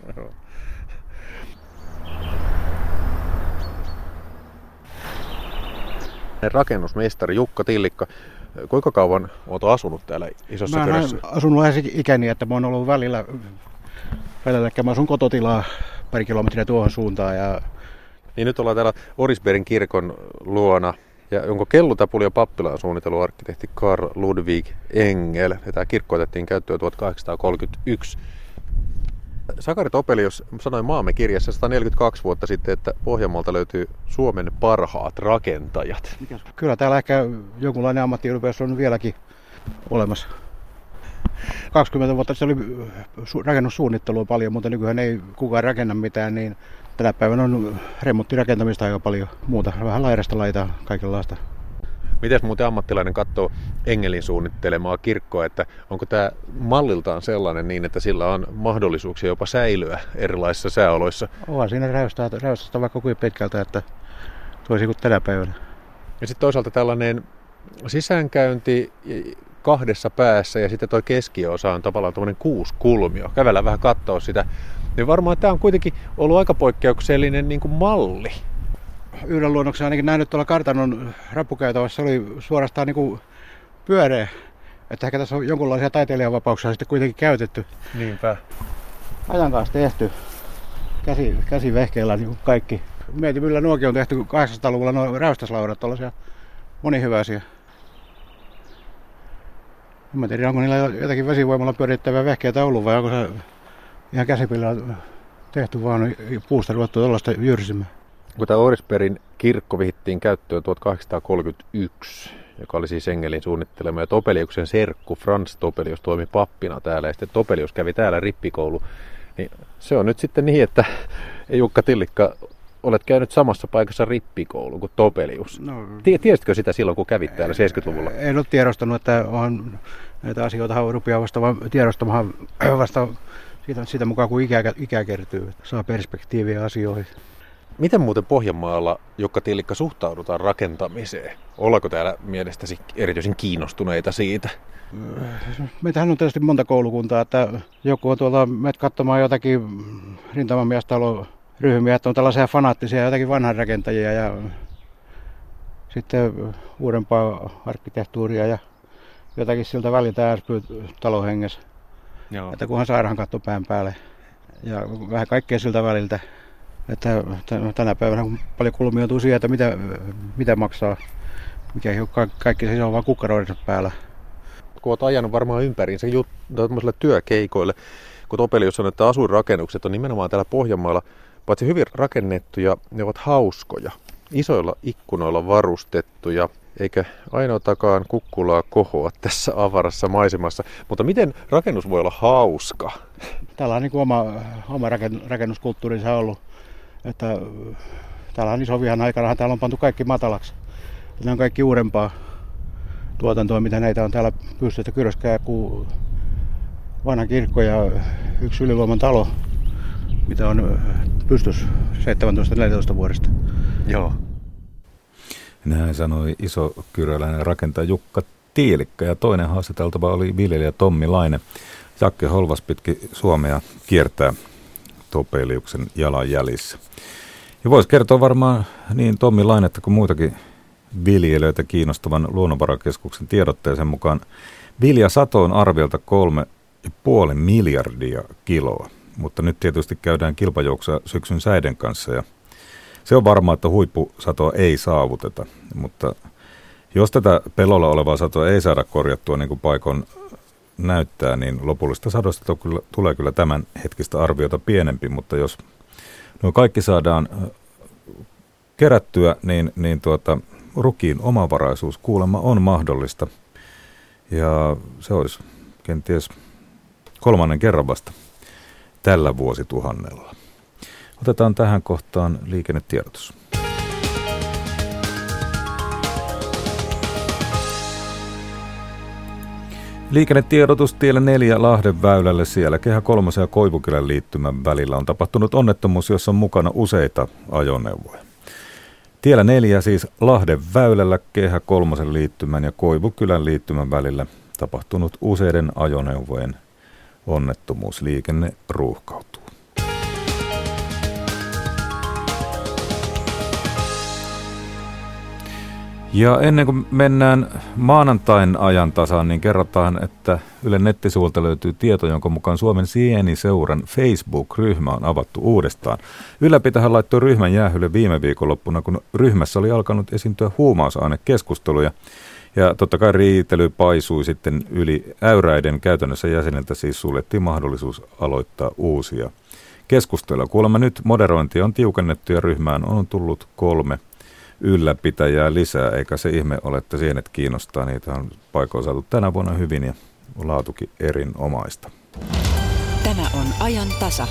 Rakennusmestari Jukka Tillikka, kuinka kauan olet asunut täällä Isossa Mä Kyrössä? olen asunut lähes ikäni, että mä oon ollut välillä, välillä mä asun kototilaa pari kilometriä tuohon suuntaan. Ja... Niin nyt ollaan täällä Orisbergin kirkon luona. Ja onko kellutapuli ja pappilaan suunnitellut arkkitehti Carl Ludwig Engel. Ja tämä kirkko otettiin käyttöön tuhatkahdeksansataakolmekymmentäyksi. Sakari Topelius sanoi Maamme kirjassa sata neljäkymmentäkaksi vuotta sitten, että Pohjanmaalta löytyy Suomen parhaat rakentajat. Kyllä täällä ehkä jonkunlainen ammattiylpeys on vieläkin olemassa. kaksikymmentä vuotta se oli rakennussuunnittelua paljon, mutta nykyään ei kukaan rakenna mitään, niin tänä päivänä on remonttirakentamista aika paljon muuta. Vähän laidasta laitaa kaikenlaista. Mites muuten ammattilainen katsoo Engelin suunnittelemaa kirkkoa, että onko tämä malliltaan sellainen niin, että sillä on mahdollisuuksia jopa säilyä erilaisissa sääoloissa? Onhan siinä räystää, räystästä vaikka kuinka pitkältä, että toisin kuin tänä päivänä. Ja sitten toisaalta tällainen sisäänkäynti kahdessa päässä ja sitten tuo keskiosa on tavallaan tuommoinen kuuskulmio. Kävellään vähän katsoa sitä. Niin varmaan tämä on kuitenkin ollut aika poikkeuksellinen niin kuin malli. Yhden luonnoksen ainakin nähnyt tuolla kartanon rappukäytävässä oli suorastaan niin kuin pyöreä. Että ehkä tässä on jonkunlaisia taiteilijavapauksia sitten kuitenkin käytetty. Niinpä. Ajan kanssa tehty. Käsi, käsivehkeillä niin kuin kaikki. Mietin, millä nuokin on tehty kahdeksansataaluvulla nuo räystäslaudat, tuollaisia monihyväisiä. En tiedä, onko niillä jotakin vesivoimalla pyörittäviä vehkeitä ollut vai onko se ihan käsipillä tehty vaan puusta ruvettu tuollaista jyrsimään. Kun tämä Orisbergin kirkko vihittiin käyttöön tuhatkahdeksansataakolmekymmentäyksi, joka oli siis Engelin suunnittelema, ja Topeliuksen serkku Frans Topelius toimi pappina täällä, ja sitten Topelius kävi täällä rippikoulu, niin se on nyt sitten niin, että Jukka Tillikka, olet käynyt samassa paikassa rippikoulu kuin Topelius. No, Tiesitkö sitä silloin, kun kävit täällä seitsemänkymmentäluvulla? En ole tiedostanut, että on näitä asioita rupeaa vasta tiedostamaan vasta siitä, siitä mukaan, kun ikä, ikä kertyy, saa perspektiiviä asioihin. Miten muuten Pohjanmaalla, Jukka Tillikka, suhtaudutaan rakentamiseen? Ollaanko täällä mielestäsi erityisen kiinnostuneita siitä? Meitähän on tietysti monta koulukuntaa, että joku on tuolta menet katsomaan jotakin rintamamiestaloryhmiä, että on tällaisia fanaattisia jotakin vanhanrakentajia ja sitten uudempaa arkkitehtuuria ja jotakin siltä väliltä ärsyy talohengessä. Joo. Että kunhan saadaan katto pään päälle ja vähän kaikkea siltä väliltä. Että tänä päivänä kun paljon kulmioituu siihen, että mitä, mitä maksaa, mikä kaikki se on vaan kukkaroidensa päällä. Kun olet ajanut varmaan ympäriinsä tämmöisille työkeikoille, kun Topelius sanoi, että asuinrakennukset on nimenomaan täällä Pohjanmaalla, paitsi hyvin rakennettuja, ne ovat hauskoja, isoilla ikkunoilla varustettuja, eikä ainoatakaan kukkulaa kohoa tässä avarassa maisemassa. Mutta miten rakennus voi olla hauska? Täällä on niin kuin oma, oma rakennuskulttuurinsa ollut. Että täällä on isovihan aikana, täällä on pantu kaikki matalaksi. Ne on kaikki uudempaa tuotantoa, mitä näitä on täällä pystyssä. Kyröskää kuin vanha kirkko ja yksi yliluoman talo, mitä on pystyssä seitsemäntoista neljätoista vuodesta. Joo. Näin sanoi isokyröläinen rakentaja Jukka Tillikka ja toinen haastateltava oli viljelijä Tommi Laine. Jakke Holvas pitkin Suomea kiertää Topeliuksen jalanjäljissä. Ja voisi kertoa varmaan niin Tommi Lainetta kuin muitakin viljelijöitä kiinnostavan luonnonvarakeskuksen tiedotteeseen mukaan viljasato on arviolta kolme ja puoli miljardia kiloa, mutta nyt tietysti käydään kilpajuoksua syksyn säiden kanssa ja se on varmaa, että huippusatoa ei saavuteta, mutta jos tätä pellolla olevaa satoa ei saada korjattua niin kuin paikon näyttää, niin lopullista sadosta tulee kyllä tämän hetkistä arviota pienempi, mutta jos nuo kaikki saadaan kerättyä, niin, niin tuota, rukiin omavaraisuus kuulemma on mahdollista ja se olisi kenties kolmannen kerran vasta tällä vuosituhannella. Otetaan tähän kohtaan liikennetiedotus. Liikennetiedotus tiellä neljä Lahden väylälle, siellä Kehä kolmosen ja Koivukylän liittymän välillä on tapahtunut onnettomuus, jossa on mukana useita ajoneuvoja. Tiellä neljä siis Lahden väylällä Kehä kolmosen liittymän ja Koivukylän liittymän välillä tapahtunut useiden ajoneuvojen onnettomuus. Liikenne ruuhkautuu. Ja ennen kuin mennään maanantain ajan tasaan, niin kerrotaan, että Ylen nettisivuilta löytyy tieto, jonka mukaan Suomen Sieniseuran Facebook-ryhmä on avattu uudestaan. Ylläpitäjä laittoi ryhmän jäähylle viime viikonloppuna, kun ryhmässä oli alkanut esiintyä huumausainekeskusteluja. Ja totta kai riitely paisui sitten yli äyräiden. Käytännössä jäseniltä siis suljettiin mahdollisuus aloittaa uusia keskusteluja. Kuulemma nyt moderointi on tiukennettu ja ryhmään on tullut kolme ylläpitäjää lisää, eikä se ihme ole, että sienet kiinnostaa. Niitä on paikoin saatu tänä vuonna hyvin ja laatukin erinomaista. Tämä on ajan tasa.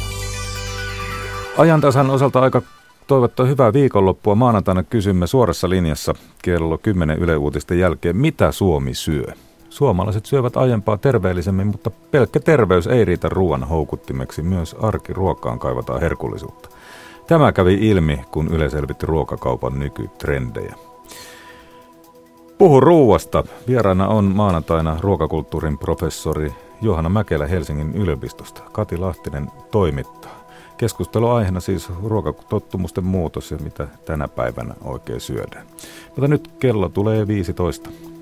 Ajan tasan osalta aika toivottaa hyvää viikonloppua. Maanantaina kysymme suorassa linjassa kello kymmenen Yle Uutisten jälkeen, mitä Suomi syö. Suomalaiset syövät aiempaa terveellisemmin, mutta pelkkä terveys ei riitä ruoan houkuttimeksi. Myös arkiruokaan kaivataan herkullisuutta. Tämä kävi ilmi, kun Yle selvitti ruokakaupan nykytrendejä. Puhu ruuasta. Vieraana on maanantaina ruokakulttuurin professori Johanna Mäkelä Helsingin yliopistosta. Kati Lahtinen toimittaa. Keskusteluaiheena siis ruokatottumusten muutos ja mitä tänä päivänä oikein syödään. Mutta nyt kello tulee viisitoista.